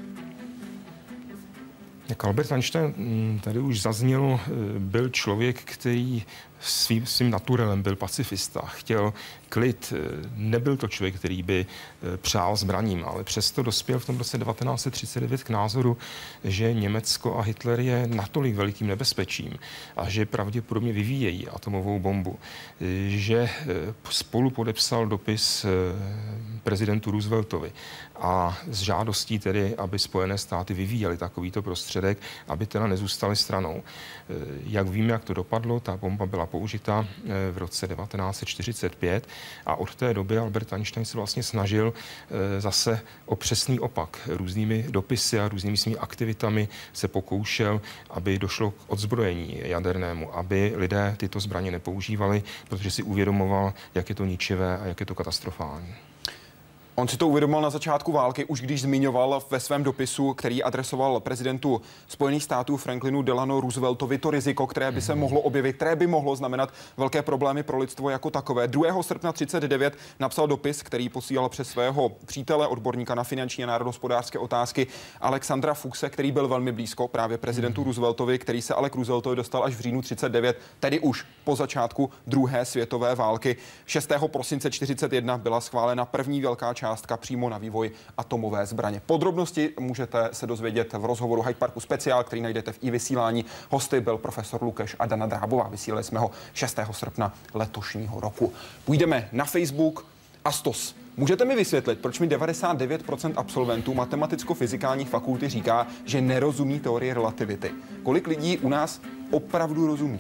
Jak Albert Einstein tady už zaznělo, byl člověk, který svým naturelem byl pacifista, chtěl klid. Nebyl to člověk, který by přál zbraním, ale přesto dospěl v tom roce 1939 k názoru, že Německo a Hitler je natolik velikým nebezpečím a že pravděpodobně vyvíjejí atomovou bombu, že spolu podepsal dopis prezidentu Rooseveltovi a s žádostí tedy, aby Spojené státy vyvíjely takovýto prostředek, aby teda nezůstaly stranou. Jak víme, jak to dopadlo, ta bomba byla použita v roce 1945 a od té doby Albert Einstein se vlastně snažil zase o přesný opak. Různými dopisy a různými svými aktivitami se pokoušel, aby došlo k odzbrojení jadernému, aby lidé tyto zbraně nepoužívali, protože si uvědomoval, jak je to ničivé a jak je to katastrofální. On si to uvědomil na začátku války, už když zmiňoval ve svém dopisu, který adresoval prezidentu Spojených států Franklinu Delano Rooseveltovi, to riziko, které by se mohlo objevit, které by mohlo znamenat velké problémy pro lidstvo jako takové. 2. srpna 1939 napsal dopis, který posílal přes svého přítele, odborníka na finanční a národohospodářské otázky Alexandra Fuchse, který byl velmi blízko právě prezidentu Rooseveltovi, který se ale k Rooseveltovi dostal až v říjnu 1939, tedy už po začátku druhé světové války. 6. prosince 1941 byla schválena první velká částka přímo na vývoj atomové zbraně. Podrobnosti můžete se dozvědět v rozhovoru Hyde Parku Speciál, který najdete v iVysílání. Hosty byl profesor Lukeš a Dana Drábová. Vysílali jsme ho 6. srpna letošního roku. Půjdeme na Facebook. Astos. Můžete mi vysvětlit, proč mi 99% absolventů matematicko-fyzikálních fakulty říká, že nerozumí teorii relativity? Kolik lidí u nás opravdu rozumí?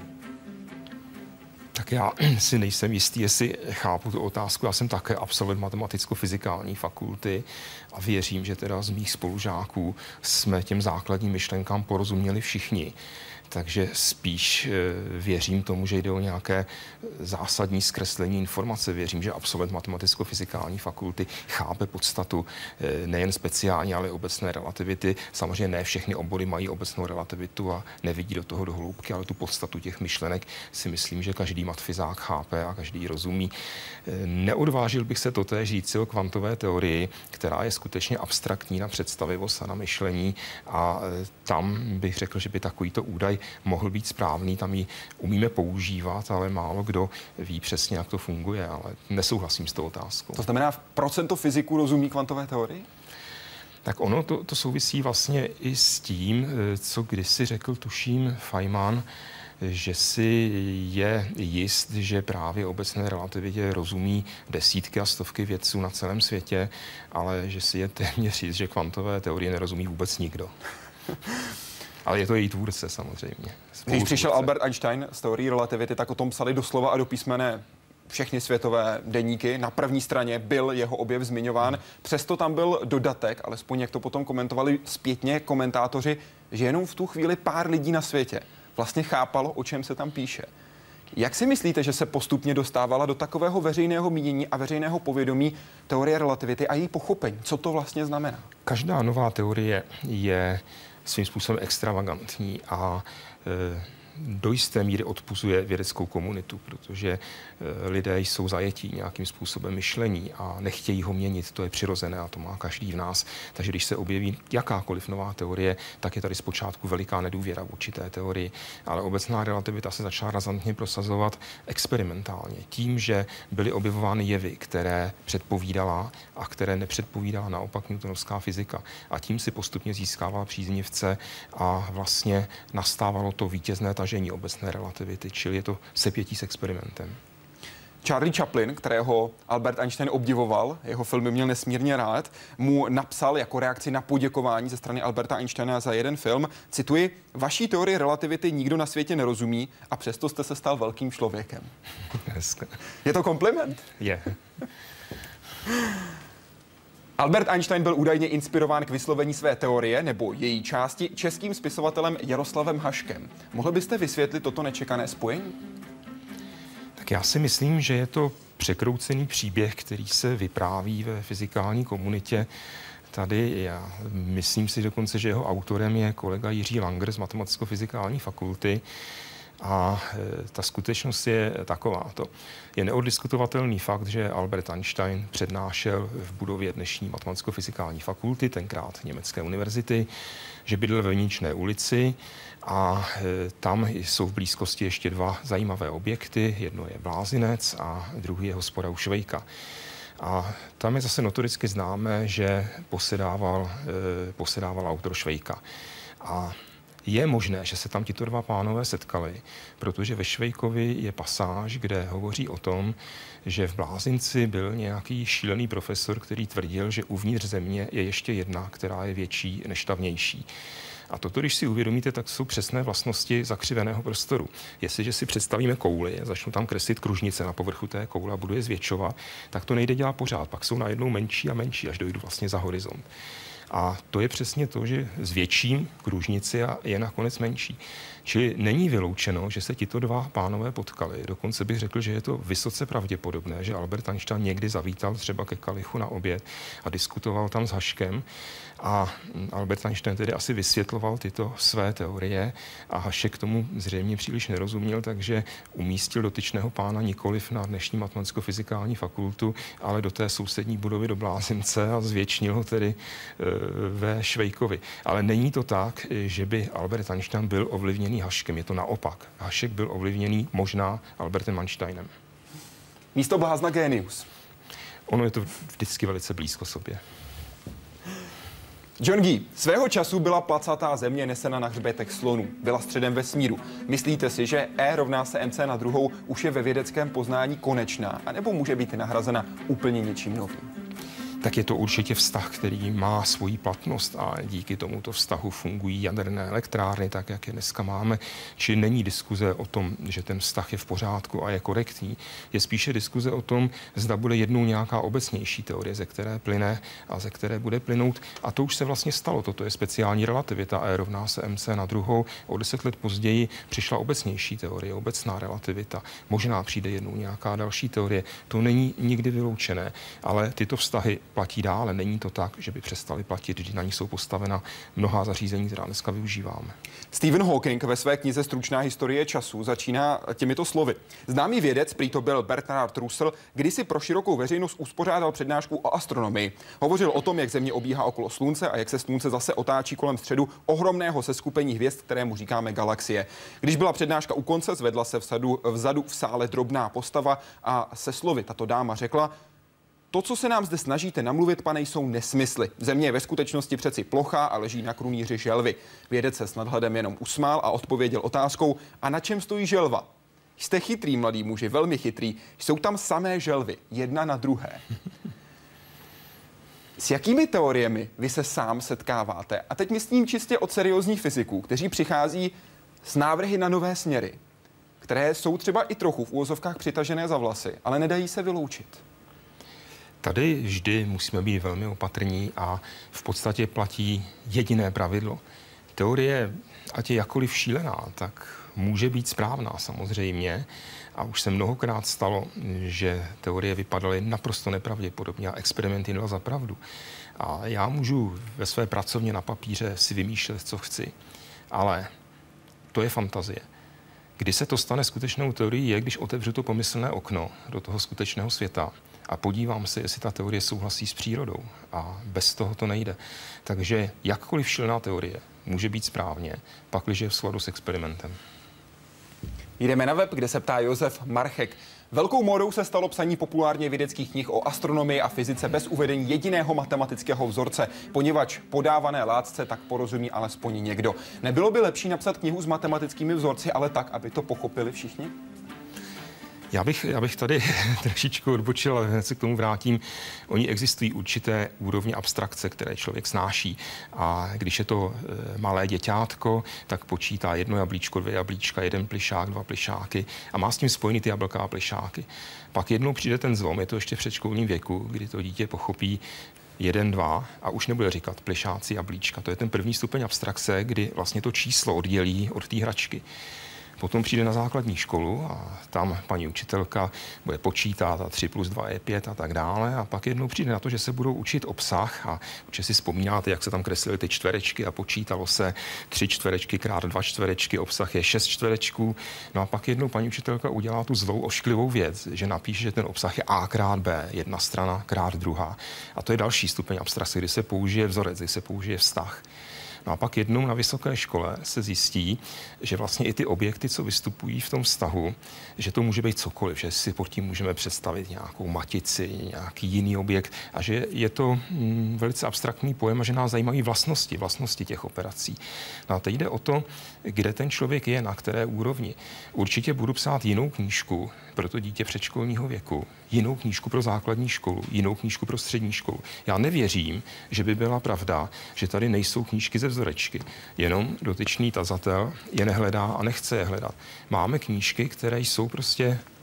Tak já si nejsem jistý, jestli chápu tu otázku. Já jsem také absolvent matematicko-fyzikální fakulty a věřím, že teda z mých spolužáků jsme těm základním myšlenkám porozuměli všichni. Takže spíš věřím tomu, že jde o nějaké zásadní zkreslení informace. Věřím, že absolvent matematicko-fyzikální fakulty chápe podstatu nejen speciální, ale i obecné relativity. Samozřejmě ne všechny obory mají obecnou relativitu a nevidí do toho do hloubky, ale tu podstatu těch myšlenek si myslím, že každý matfyzák chápe a každý rozumí. Neodvážil bych se totéž říci o kvantové teorii, která je skutečně abstraktní na představivost a na myšlení, a tam bych řekl, že by takovýto údaj mohl být správný, tam ji umíme používat, ale málo kdo ví přesně, jak to funguje, ale nesouhlasím s tou otázkou. To znamená, procento fyziků rozumí kvantové teorii? Tak ono to souvisí vlastně i s tím, co kdysi řekl, tuším, Feynman, že si je jist, že právě obecné relativitě rozumí desítky a stovky vědců na celém světě, ale že si je téměř jist, že kvantové teorie nerozumí vůbec nikdo. Ale je to její tvůrce samozřejmě. Když přišel Albert Einstein z teorii relativity, tak o tom psali doslova a do písmene všechny světové deníky. Na první straně byl jeho objev zmiňován. Přesto tam byl dodatek, alespoň jak to potom komentovali zpětně komentátoři, že jenom v tu chvíli pár lidí na světě vlastně chápalo, o čem se tam píše. Jak si myslíte, že se postupně dostávala do takového veřejného mínění a veřejného povědomí teorie relativity a její pochopení? Co to vlastně znamená? Každá nová teorie je svým způsobem extravagantní a do jisté míry odpuzuje vědeckou komunitu, protože lidé jsou zajetí nějakým způsobem myšlení a nechtějí ho měnit. To je přirozené a to má každý v nás. Takže když se objeví jakákoliv nová teorie, tak je tady zpočátku veliká nedůvěra v určité teorii. Ale obecná relativita se začala razantně prosazovat experimentálně. Tím, že byly objevovány jevy, které předpovídala a které nepředpovídala naopak newtonovská fyzika. A tím si postupně získávala příznivce a vlastně nastávalo to vítězné tažení obecné relativity, čili je to sepětí s experimentem. Charlie Chaplin, kterého Albert Einstein obdivoval, jeho filmy měl nesmírně rád, mu napsal jako reakci na poděkování ze strany Alberta Einsteina za jeden film, cituji, vaší teorii relativity nikdo na světě nerozumí a přesto jste se stal velkým člověkem. Je to kompliment? Je. Albert Einstein byl údajně inspirován k vyslovení své teorie nebo její části českým spisovatelem Jaroslavem Haškem. Mohl byste vysvětlit toto nečekané spojení? Tak já si myslím, že je to překroucený příběh, který se vypráví ve fyzikální komunitě. Tady já myslím si dokonce, že jeho autorem je kolega Jiří Langer z Matematicko-fyzikální fakulty. A ta skutečnost je takováto. Je neoddiskutovatelný fakt, že Albert Einstein přednášel v budově dnešní Matematicko-fyzikální fakulty, tenkrát Německé univerzity, že bydlel ve Viničné ulici a tam jsou v blízkosti ještě dva zajímavé objekty. Jedno je Blázinec a druhý je hospoda u Švejka. A tam je zase notoricky známé, že posedával autor Švejka. A je možné, že se tam tito dva pánové setkali, protože ve Švejkovi je pasáž, kde hovoří o tom, že v Blázinci byl nějaký šílený profesor, který tvrdil, že uvnitř země je ještě jedna, která je větší než ta vnější. A toto, když si uvědomíte, tak jsou přesné vlastnosti zakřiveného prostoru. Jestliže si představíme kouli, začnu tam kreslit kružnice na povrchu té koule a budu je zvětšovat, tak to nejde dělat pořád. Pak jsou najednou menší a menší, až dojdu vlastně za horizont. A to je přesně to, že zvětším kružnici a je nakonec menší. Čili není vyloučeno, že se tito dva pánové potkali. Dokonce bych řekl, že je to vysoce pravděpodobné, že Albert Einstein někdy zavítal třeba ke kalichu na oběd a diskutoval tam s Haškem. A Albert Einstein tedy asi vysvětloval tyto své teorie a Hašek tomu zřejmě příliš nerozuměl, takže umístil dotyčného pána nikoliv na dnešní matematicko-fyzikální fakultu, ale do té sousední budovy do Blázince a zvětšnil ho tedy ve Švejkovi. Ale není to tak, že by Albert Einstein byl ovlivněný Haškem. Je to naopak. Hašek byl ovlivněný možná Albertem Einsteinem. Místo blázna génius. Ono je to vždycky velice blízko sobě. John Gee, svého času byla placatá země nesena na hřbetech slonů. Byla středem vesmíru. Myslíte si, že E rovná se mc na druhou už je ve vědeckém poznání konečná, anebo může být nahrazena úplně něčím novým? Tak je to určitě vztah, který má svoji platnost a díky tomuto vztahu fungují jaderné elektrárny, tak jak je dneska máme. Či není diskuze o tom, že ten vztah je v pořádku a je korektní. Je spíše diskuze o tom, zda bude jednou nějaká obecnější teorie, ze které plyne a ze které bude plynout. A to už se vlastně stalo. Toto je speciální relativita. E rovná se mc na druhou. O 10 let později přišla obecnější teorie, obecná relativita. Možná přijde jednou nějaká další teorie. To není nikdy vyloučené, ale tyto vztahy platí dále. Není to tak, že by přestali platit, když na ní jsou postavena mnohá zařízení, která dneska využíváme. Stephen Hawking ve své knize Stručná historie času začíná těmito slovy. Známý vědec, prý to byl Bertrand Russell, kdysi pro širokou veřejnost uspořádal přednášku o astronomii. Hovořil o tom, jak Země obíhá okolo Slunce a jak se Slunce zase otáčí kolem středu ohromného seskupení hvězd, kterému říkáme galaxie. Když byla přednáška u konce, zvedla se vzadu v sále drobná postava a se slovy tato dáma řekla: to, co se nám zde snažíte namluvit, pane, jsou nesmysly. Země je ve skutečnosti přeci plochá a leží na krunýři želvy. Vědec se s nadhledem jenom usmál a odpověděl otázkou: a na čem stojí želva? Jste chytrý, mladý muži, velmi chytrý. Jsou tam samé želvy, jedna na druhé. S jakými teoriemi vy se sám setkáváte? A teď myslím čistě od seriózních fyziků, kteří přichází s návrhy na nové směry, které jsou třeba i trochu v úvozovkách přitažené za vlasy, ale nedají se vyloučit. Tady vždy musíme být velmi opatrní a v podstatě platí jediné pravidlo. Teorie, ať je jakkoliv šílená, tak může být správná samozřejmě. A už se mnohokrát stalo, že teorie vypadaly naprosto nepravděpodobně a experimenty měl za pravdu. A já můžu ve své pracovně na papíře si vymýšlet, co chci. Ale to je fantazie. Kdy se to stane skutečnou teorií, je, když otevřu to pomyslné okno do toho skutečného světa a podívám se, jestli ta teorie souhlasí s přírodou. A bez toho to nejde. Takže jakkoliv šílená teorie může být správně, pakliže je v souladu s experimentem. Jdeme na web, kde se ptá Josef Marchek. Velkou módou se stalo psaní populárně vědeckých knih o astronomii a fyzice bez uvedení jediného matematického vzorce, poněvadž podávané látce tak porozumí alespoň někdo. Nebylo by lepší napsat knihu s matematickými vzorci, ale tak, aby to pochopili všichni? Já bych tady trošičku odbočil, ale hned se k tomu vrátím. Oni existují určité úrovně abstrakce, které člověk snáší. A když je to malé děťátko, tak počítá 1 jablíčko, 2 jablíčka, 1 plyšák, 2 plyšáky a má s tím spojený ty jablka a plyšáky. Pak jednou přijde ten zlom, je to ještě v předškolním věku, kdy to dítě pochopí 1, 2 a už nebude říkat plyšáci, jablíčka. To je ten první stupeň abstrakce, kdy vlastně to číslo oddělí od té hračky. Potom přijde na základní školu a tam paní učitelka bude počítat a 3 + 2 je 5 a tak dále. A pak jednou přijde na to, že se budou učit obsah a určitě si vzpomínáte, jak se tam kreslily ty čtverečky a počítalo se 3 čtverečky krát 2 čtverečky, obsah je 6 čtverečků. No a pak jednou paní učitelka udělá tu zlou ošklivou věc, že napíše, že ten obsah je A krát B, jedna strana krát druhá. A to je další stupeň abstrakce, kdy se použije vzorec, kdy se použije vztah. No a pak jednou na vysoké škole se zjistí, že vlastně i ty objekty, co vystupují v tom vztahu, že to může být cokoliv, že si pod tím můžeme představit nějakou matici, nějaký jiný objekt a že je to velice abstraktní pojem a že nás zajímají vlastnosti těch operací. No a teď jde o to, kde ten člověk je, na které úrovni. Určitě budu psát jinou knížku pro to dítě předškolního věku, jinou knížku pro základní školu, jinou knížku pro střední školu. Já nevěřím, že by byla pravda, že tady nejsou knížky ze vzorečky. Jenom dotyčný tazatel je nehledá a nechce je hledat. Máme knížky, které jsou prostě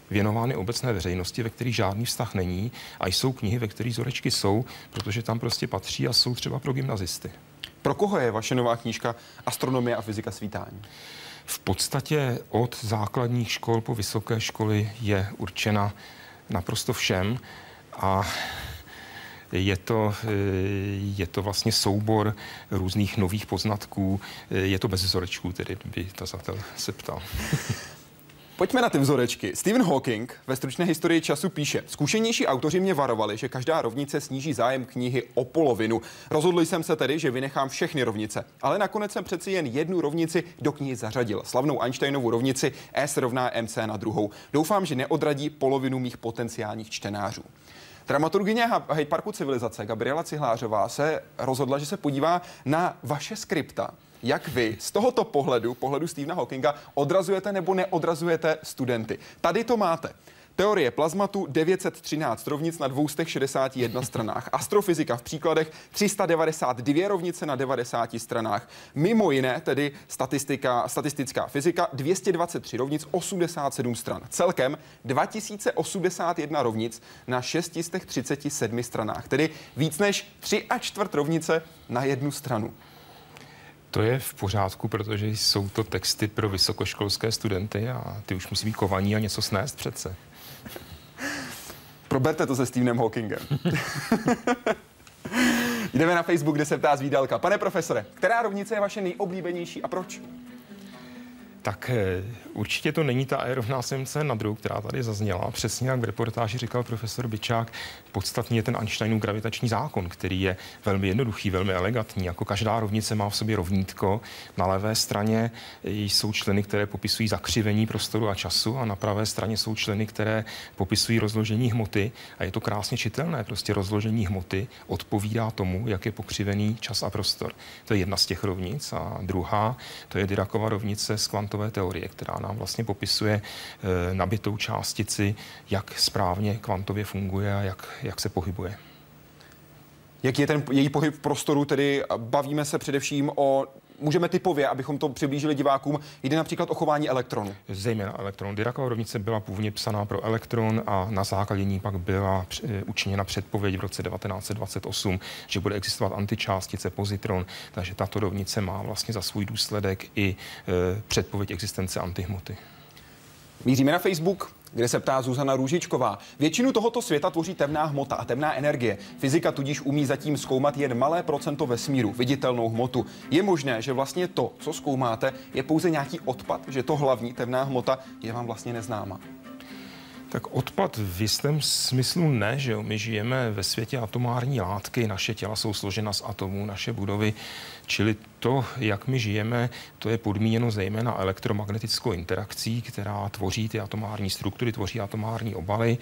věnovány obecné veřejnosti, ve kterých žádný vztah není, a jsou knihy, ve kterých vzorečky jsou, protože tam prostě patří a jsou třeba pro gymnazisty. Pro koho je vaše nová knížka Astronomie a fyzika svítání? V podstatě od základních škol po vysoké školy je určena naprosto všem a je to vlastně soubor různých nových poznatků. Je to bez vzorečků, tedy by tazatel se ptal. Pojďme na ty vzorečky. Stephen Hawking ve Stručné historii času píše: zkušenější autoři mě varovali, že každá rovnice sníží zájem knihy o polovinu. Rozhodl jsem se tedy, že vynechám všechny rovnice. Ale nakonec jsem přeci jen jednu rovnici do knihy zařadil. Slavnou Einsteinovu rovnici S rovná mc na druhou. Doufám, že neodradí polovinu mých potenciálních čtenářů. Dramaturgyně Hyde Parku civilizace Gabriela Cihlářová se rozhodla, že se podívá na vaše skripta. Jak vy z tohoto pohledu Stephena Hawkinga, odrazujete nebo neodrazujete studenty? Tady to máte. Teorie plazmatu 913 rovnic na 261 stranách. Astrofyzika v příkladech 392 rovnice na 90 stranách. Mimo jiné tedy statistická fyzika 223 rovnic 87 stran. Celkem 2081 rovnic na 637 stranách. Tedy víc než 3/4 rovnice na jednu stranu. To je v pořádku, protože jsou to texty pro vysokoškolské studenty a ty už musí být kovaní a něco snést přece. Proberte to se Stephenem Hawkingem. Jdeme na Facebook, kde se ptá Zvídalka. Pane profesore, která rovnice je vaše nejoblíbenější a proč? Tak určitě to není ta E rovná se mc na druhou, která tady zazněla. Přesně jak v reportáži říkal profesor Byčák, podstatný je ten Einsteinův gravitační zákon, který je velmi jednoduchý, velmi elegantní. Jako každá rovnice má v sobě rovnítko. Na levé straně jsou členy, které popisují zakřivení prostoru a času, a na pravé straně jsou členy, které popisují rozložení hmoty. A je to krásně čitelné. Prostě rozložení hmoty odpovídá tomu, jak je pokřivený čas a prostor. To je jedna z těch rovnic. A druhá, to je Diracova rovnice z kvantové teorie, která nám vlastně popisuje nabitou částici, jak správně kvantově funguje a jak se pohybuje. Jaký je ten její pohyb v prostoru, tedy bavíme se především o, můžeme typově, abychom to přiblížili divákům, jde například o chování elektronu. Zejména elektron. Diracova rovnice byla původně psaná pro elektron a na základě ní pak byla učiněna předpověď v roce 1928, že bude existovat antičástice, pozitron, takže tato rovnice má vlastně za svůj důsledek i předpověď existence antihmoty. Míříme na Facebook, kde se ptá Zuzana Růžičková. Většinu tohoto světa tvoří temná hmota a temná energie. Fyzika tudíž umí zatím zkoumat jen malé procento vesmíru, viditelnou hmotu. Je možné, že vlastně to, co zkoumáte, je pouze nějaký odpad, že to hlavní, temná hmota, je vám vlastně neznáma? Tak odpad v jistém smyslu ne, že jo? My žijeme ve světě atomární látky, naše těla jsou složena z atomů, naše budovy, čili to, jak my žijeme, to je podmíněno zejména elektromagnetickou interakcí, která tvoří ty atomární struktury, tvoří atomární obaly.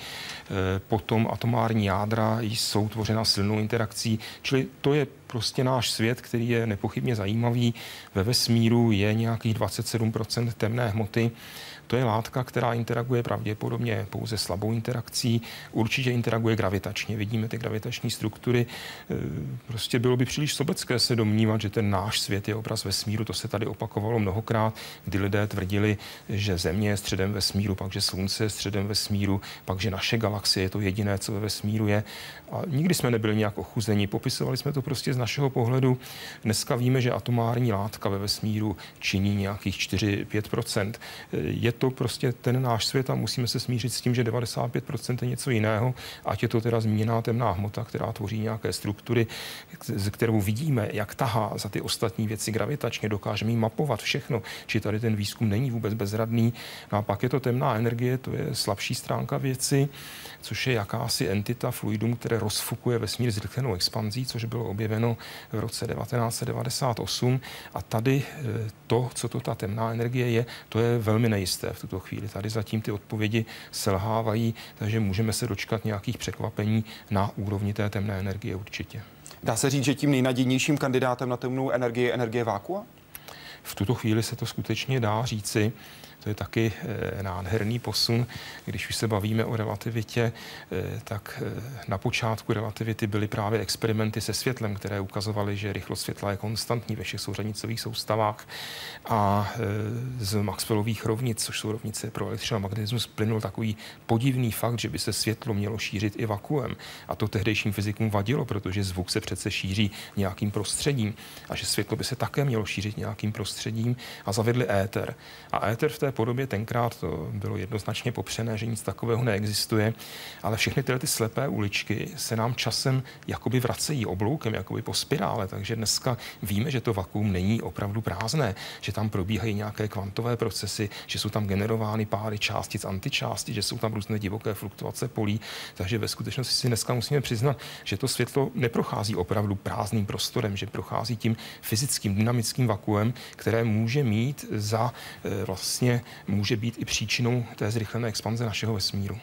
Potom atomární jádra jsou tvořena silnou interakcí, čili to je prostě náš svět, který je nepochybně zajímavý. Ve vesmíru je nějakých 27% temné hmoty. To je látka, která interaguje pravděpodobně pouze slabou interakcí. Určitě interaguje gravitačně. Vidíme ty gravitační struktury. Prostě bylo by příliš sobecké se domnívat, že ten náš svět je obraz vesmíru. To se tady opakovalo mnohokrát, kdy lidé tvrdili, že Země je středem vesmíru, pak že Slunce je středem vesmíru, pak že naše galaxie je to jediné, co ve vesmíru je. A nikdy jsme nebyli nějak ochuzeni. Popisovali jsme to prostě z našeho pohledu. Dneska víme, že atomární látka ve vesmíru činí nějakých 4-5%. Je to prostě ten náš svět a musíme se smířit s tím, že 95% je něco jiného, ať je to teda zmíněná temná hmota, která tvoří nějaké struktury, z kterou vidíme, jak tahá za ty ostatní věci gravitačně, dokážeme jí mapovat všechno, či tady ten výzkum není vůbec bezradný. No a pak je to temná energie, to je slabší stránka věci, což je jakási entita fluidum, které rozfukuje vesmír zrychlenou expanzí, což bylo objeveno v roce 1998. A tady to, co to ta temná energie je, to je velmi nejisté v tuto chvíli. Tady zatím ty odpovědi selhávají, takže můžeme se dočkat nějakých překvapení na úrovni té temné energie určitě. Dá se říct, že tím nejnadějnějším kandidátem na temnou energii je energie vákua? V tuto chvíli se to skutečně dá říci. to je taky nádherný posun. Když už se bavíme o relativitě, tak na počátku relativity byly právě experimenty se světlem, které ukazovaly, že rychlost světla je konstantní ve všech souřadnicových soustavách a z Maxwellových rovnic, což jsou rovnice pro elektřinu a magnetismus, plynul takový podivný fakt, že by se světlo mělo šířit i vakuem. A to tehdejším fyzikům vadilo, protože zvuk se přece šíří nějakým prostředím a že světlo by se také mělo šířit nějakým prostředím a zavedli éter. A éter v té podobě tenkrát to bylo jednoznačně popřené, že nic takového neexistuje, ale všechny tyhle ty slepé uličky se nám časem jakoby vracejí obloukem, jakoby po spirále, takže dneska víme, že to vakuum není opravdu prázdné, že tam probíhají nějaké kvantové procesy, že jsou tam generovány páry částic, antičástic, že jsou tam různé divoké fluktuace polí, takže ve skutečnosti si dneska musíme přiznat, že to světlo neprochází opravdu prázdným prostorem, že prochází tím fyzickým dynamickým vakuem, které může mít vlastně může být i příčinou té zrychlené expanze našeho vesmíru.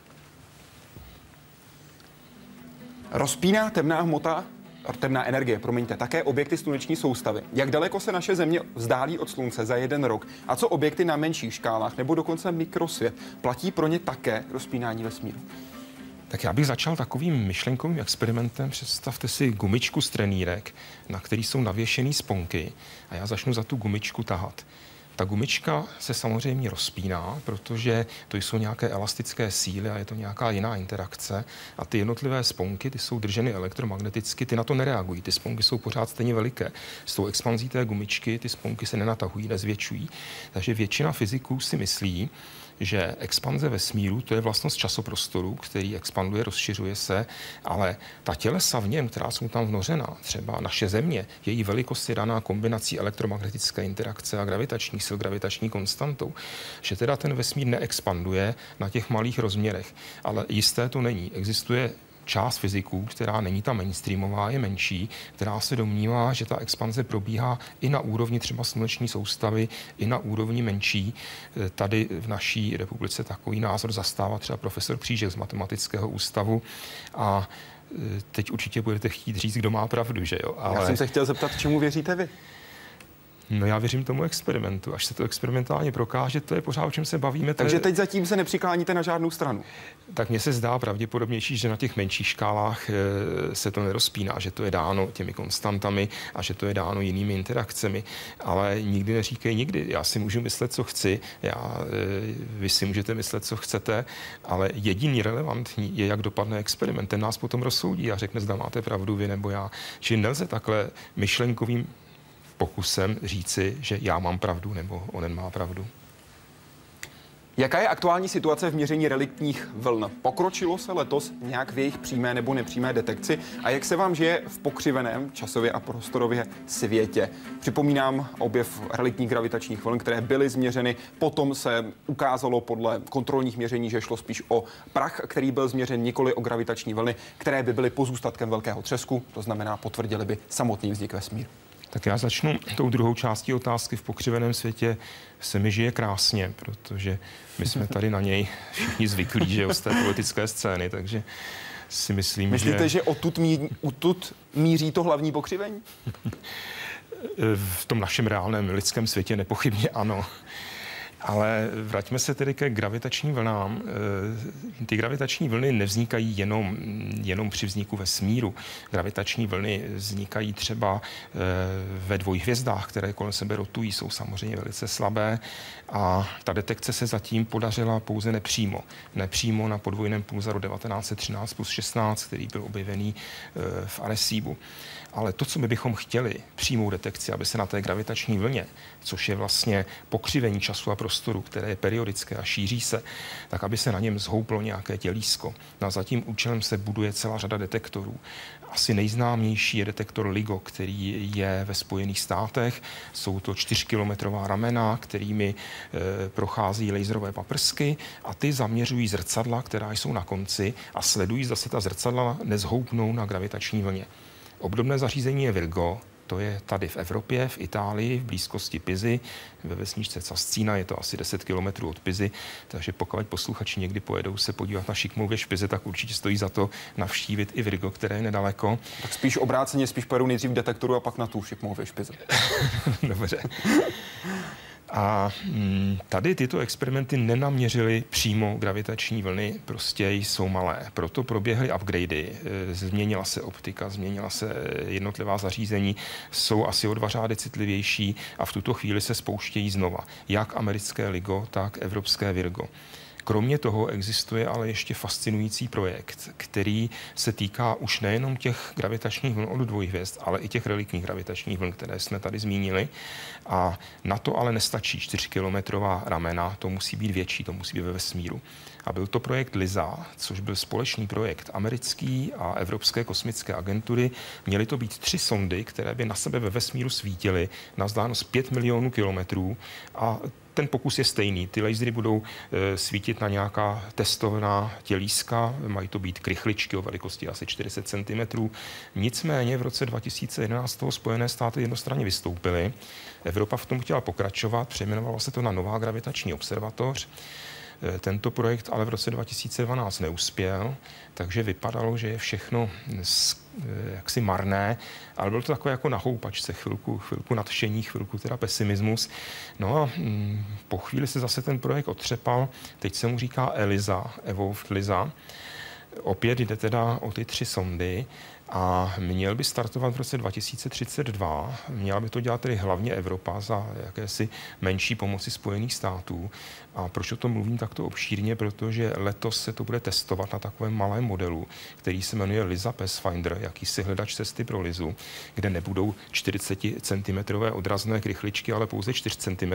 Rozpíná temná energie, také objekty sluneční soustavy. Jak daleko se naše Země vzdálí od Slunce za 1 rok? A co objekty na menších škálách nebo dokonce mikrosvět? Platí pro ně také rozpínání vesmíru? Tak já bych začal takovým myšlenkovým experimentem. Představte si gumičku z trenýrek, na který jsou navěšený sponky a já začnu za tu gumičku tahat. Ta gumička se samozřejmě rozpíná, protože to jsou nějaké elastické síly a je to nějaká jiná interakce. A ty jednotlivé sponky, ty jsou drženy elektromagneticky, ty na to nereagují. Ty sponky jsou pořád stejně veliké. S tou expanzí té gumičky ty sponky se nenatahují, nezvětšují. Takže většina fyziků si myslí, že expanze vesmíru, to je vlastnost časoprostoru, který expanduje, rozšiřuje se, ale ta tělesa v něm, která jsou tam vnořena, třeba naše Země, její velikost je daná kombinací elektromagnetické interakce a gravitačních sil, gravitační konstantou, že teda ten vesmír neexpanduje na těch malých rozměrech, ale jisté to není. Existuje část fyziků, která není ta mainstreamová, je menší, která se domnívá, že ta expanze probíhá i na úrovni třeba sluneční soustavy, i na úrovni menší. Tady v naší republice takový názor zastává třeba profesor Křížek z Matematického ústavu a teď určitě budete chtít říct, kdo má pravdu, že jo? Ale... Já jsem se chtěl zeptat, čemu věříte vy? No já věřím tomu experimentu. Až se to experimentálně prokáže, to je pořád, o čem se bavíme. Takže teď zatím se nepřikláníte na žádnou stranu? Tak mně se zdá pravděpodobnější, že na těch menších škálách se to nerozpíná, že to je dáno těmi konstantami a že to je dáno jinými interakcemi. Ale nikdy neříkej nikdy. Já si můžu myslet, co chci, vy si můžete myslet, co chcete, ale jediný relevantní je, jak dopadne experiment. Ten nás potom rozsoudí a řekne, zda máte pravdu vy nebo já. Čili nelze takhle myšlenkovým pokusem říci, že já mám pravdu nebo onen má pravdu. Jaká je aktuální situace v měření reliktních vln? Pokročilo se letos nějak v jejich přímé nebo nepřímé detekci? A jak se vám žije v pokřiveném časově a prostorově světě? Připomínám objev reliktních gravitačních vln, které byly změřeny. Potom se ukázalo podle kontrolních měření, že šlo spíš o prach, který byl změřen, nikoli o gravitační vlny, které by byly pozůstatkem velkého třesku. To znamená, potvrdili by samotný vznik vesmíru. Tak já začnu tou druhou částí otázky. V pokřiveném světě se mi žije krásně, protože my jsme tady na něj všichni zvyklí, že jo, z té politické scény, takže si myslím, Myslíte, že odtud míří to hlavní pokřivení? V tom našem reálném lidském světě nepochybně ano. Ale vraťme se tedy ke gravitačním vlnám. Ty gravitační vlny nevznikají jenom při vzniku vesmíru. Gravitační vlny vznikají třeba ve dvojhvězdách, které kolem sebe rotují, jsou samozřejmě velice slabé a ta detekce se zatím podařila pouze nepřímo. Nepřímo na podvojném pulzaru 1913+16, který byl objevený v Arecíbu. Ale to, co my bychom chtěli, přímou detekci, aby se na té gravitační vlně, což je vlastně pokřivení času a prostoru, které je periodické a šíří se, tak aby se na něm zhouplo nějaké tělísko. No za tím účelem se buduje celá řada detektorů. Asi nejznámější je detektor LIGO, který je ve Spojených státech. Jsou to 4kilometrová ramena, kterými prochází laserové paprsky a ty zaměřují zrcadla, která jsou na konci a sledují, zda se ta zrcadla nezhoupnou na gravitační vlně. Obdobné zařízení je Virgo, to je tady v Evropě, v Itálii, v blízkosti Pisy, ve vesničce Cascina, je to asi 10 kilometrů od Pisy, takže pokud posluchači někdy pojedou se podívat na šikmou věž Pizy, tak určitě stojí za to navštívit i Virgo, které je nedaleko. Tak spíš obráceně, spíš pojedou nejdřív detektoru a pak na tu šikmou věž Pizy. Dobře. A tady tyto experimenty nenaměřily přímo gravitační vlny, prostě jsou malé. Proto proběhly upgradey, změnila se optika, změnila se jednotlivá zařízení, jsou asi o 2 řády citlivější a v tuto chvíli se spouštějí znova. Jak americké LIGO, tak evropské Virgo. Kromě toho existuje ale ještě fascinující projekt, který se týká už nejenom těch gravitačních vln od dvojhvězd, ale i těch reliktních gravitačních vln, které jsme tady zmínili. A na to ale nestačí 4kilometrová ramena, to musí být větší, to musí být ve vesmíru. A byl to projekt LISA, což byl společný projekt americký a Evropské kosmické agentury. Měly to být 3 sondy, které by na sebe ve vesmíru svítily na vzdálenost 5 milionů kilometrů a ten pokus je stejný. Ty lasery budou svítit na nějaká testovaná tělíska, mají to být krychličky o velikosti asi 40 cm. Nicméně v roce 2011 toho Spojené státy jednostranně vystoupily. Evropa v tom chtěla pokračovat, přejmenovalo se to na Nová gravitační observatoř. Tento projekt ale v roce 2012 neuspěl, takže vypadalo, že je všechno jaksi marné, ale bylo to takové jako na houpačce, chvilku nadšení, chvilku teda pesimismus. No a po chvíli se zase ten projekt otřepal, teď se mu říká ELISA, Evolved LISA. Opět jde teda o ty 3 sondy a měl by startovat v roce 2032. Měla by to dělat tedy hlavně Evropa za jakési menší pomoci Spojených států. A proč o tom mluvím takto obšírně? Protože letos se to bude testovat na takovém malém modelu, který se jmenuje LISA Pathfinder, jakýsi hledač cesty pro LISu, kde nebudou 40 cm odrazné krychličky, ale pouze 4 cm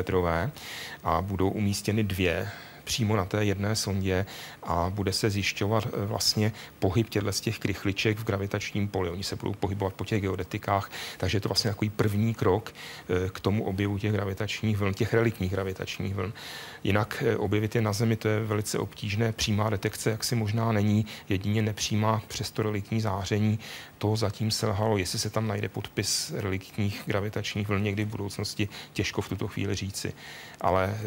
a budou umístěny 2 přímo na té jedné sondě a bude se zjišťovat vlastně pohyb z těch krychliček v gravitačním poli. Oni se budou pohybovat po těch geodetikách, takže je to vlastně takový první krok k tomu objevu těch gravitačních vln, těch reliktních gravitačních vln. Jinak objevit je na Zemi, to je velice obtížné. Přímá detekce jaksi možná není, jedině nepřímá přes to reliktní záření. To zatím selhalo, jestli se tam najde podpis reliktních gravitačních vln někdy v budoucnosti, těžko v tuto chvíli říci. Ale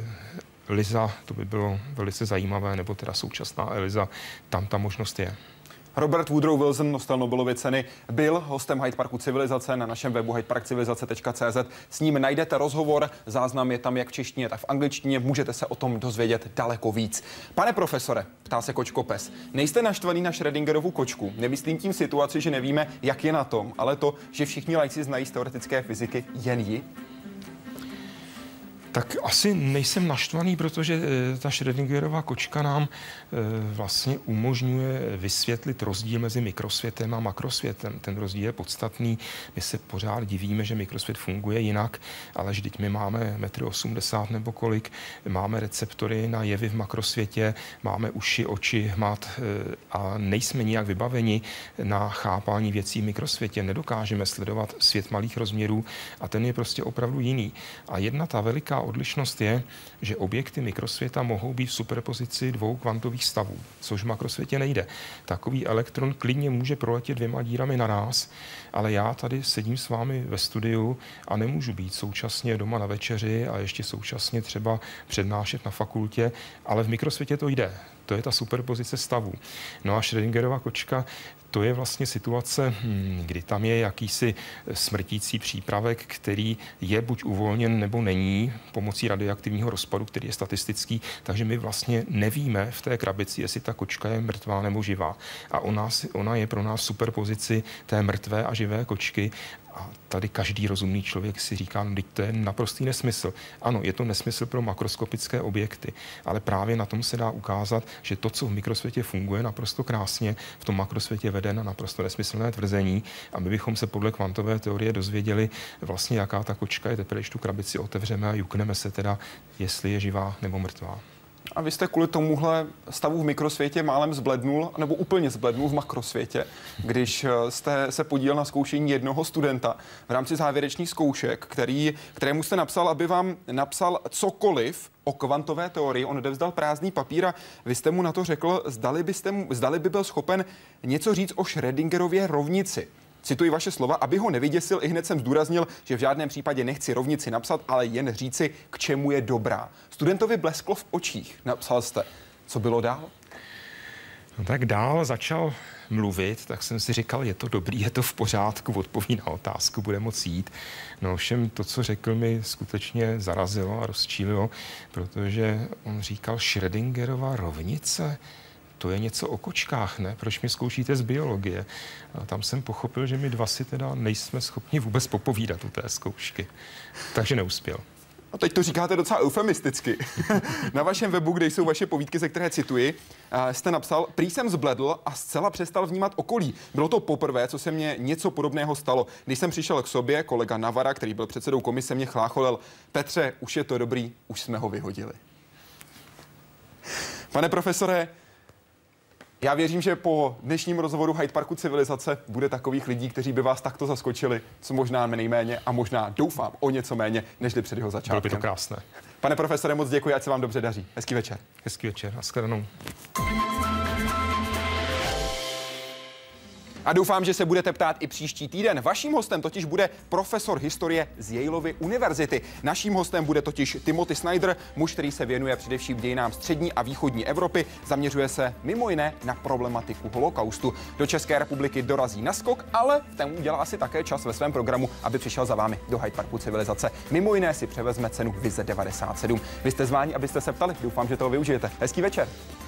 LISA, to by bylo velice zajímavé, nebo teda současná ELISA, tam ta možnost je. Robert Woodrow Wilson, nosil Nobelovy ceny, byl hostem Hyde Parku Civilizace na našem webu hydeparkcivilizace.cz. S ním najdete rozhovor, záznam je tam jak v češtině, tak v angličtině, můžete se o tom dozvědět daleko víc. Pane profesore, ptá se Kočkopes, nejste naštvaný na Schrödingerovu kočku? Nemyslím tím situaci, že nevíme, jak je na tom, ale to, že všichni laici znají z teoretické fyziky jen ji? Tak asi nejsem naštvaný, protože ta Schrödingerova kočka nám vlastně umožňuje vysvětlit rozdíl mezi mikrosvětem a makrosvětem. Ten rozdíl je podstatný. My se pořád divíme, že mikrosvět funguje jinak, ale vždyť my máme 1,80 m nebo kolik, máme receptory na jevy v makrosvětě, máme uši, oči, hmat a nejsme nijak vybaveni na chápání věcí v mikrosvětě. Nedokážeme sledovat svět malých rozměrů a ten je prostě opravdu jiný. A jedna ta veliká odlišnost je, že objekty mikrosvěta mohou být v superpozici 2 kvantových stavů, což v makrosvětě nejde. Takový elektron klidně může proletět 2 dírami naráz, ale já tady sedím s vámi ve studiu a nemůžu být současně doma na večeři a ještě současně třeba přednášet na fakultě, ale v mikrosvětě to jde. To je ta superpozice stavů. No a Schrödingerova kočka, to je vlastně situace, kdy tam je jakýsi smrtící přípravek, který je buď uvolněn nebo není pomocí radioaktivního rozpadu, který je statistický, takže my vlastně nevíme v té krabici, jestli ta kočka je mrtvá nebo živá. A ona je pro nás superpozici té mrtvé a živé kočky. A tady každý rozumný člověk si říká, no, to je naprostý nesmysl. Ano, je to nesmysl pro makroskopické objekty, ale právě na tom se dá ukázat, že to, co v mikrosvětě funguje naprosto krásně, v tom makrosvětě vede na naprosto nesmyslné tvrzení a my bychom se podle kvantové teorie dozvěděli vlastně, jaká ta kočka je, teprve když tu krabici otevřeme a jukneme se teda, jestli je živá nebo mrtvá. A vy jste kvůli tomuhle stavu v mikrosvětě málem zblednul, nebo úplně zblednul v makrosvětě, když jste se podílel na zkoušení jednoho studenta v rámci závěrečných zkoušek, kterému jste napsal, aby vám napsal cokoliv o kvantové teorii. On odevzdal prázdný papír a vy jste mu na to řekl, zdali by byl schopen něco říct o Schrödingerově rovnici. Cituji vaše slova, aby ho nevyděsil, i hned jsem zdůraznil, že v žádném případě nechci rovnici napsat, ale jen říci, k čemu je dobrá. Studentovi blesklo v očích, napsal jste. Co bylo dál? No tak dál začal mluvit, tak jsem si říkal, je to dobrý, je to v pořádku, odpoví na otázku, bude moct jít. No ovšem to, co řekl, mi skutečně zarazilo a rozčílilo, protože on říkal Schrödingerova rovnice. To je něco o kočkách, ne? Proč mě zkoušíte z biologie? A tam jsem pochopil, že my dva si teda nejsme schopni vůbec popovídat u té zkoušky. Takže neuspěl. No teď to říkáte docela eufemisticky. Na vašem webu, kde jsou vaše povídky, ze které cituji, jste napsal: prý jsem zbledl a zcela přestal vnímat okolí. Bylo to poprvé, co se mně něco podobného stalo. Když jsem přišel k sobě, kolega Navara, který byl předsedou komise, mě chlácholil: Petře, už je to dobrý, už jsme ho vyhodili. Pane profesore, já věřím, že po dnešním rozhovoru Hyde Parku civilizace bude takových lidí, kteří by vás takto zaskočili, co možná nejméně a možná doufám o něco méně, nežli před jeho začátkem. Bylo by to krásné. Pane profesore, moc děkuji, ať se vám dobře daří. Hezký večer. Hezký večer, nashledanou. A doufám, že se budete ptát i příští týden. Vaším hostem totiž bude profesor historie z Yaleovy univerzity. Naším hostem bude totiž Timothy Snyder, muž, který se věnuje především dějinám střední a východní Evropy. Zaměřuje se mimo jiné na problematiku holokaustu. Do České republiky dorazí na skok, ale ten udělá si také čas ve svém programu, aby přišel za vámi do Hyde Parku civilizace. Mimo jiné si převezme cenu Vize 97. Vy jste zváni, abyste se ptali. Doufám, že toho využijete. Hezký večer.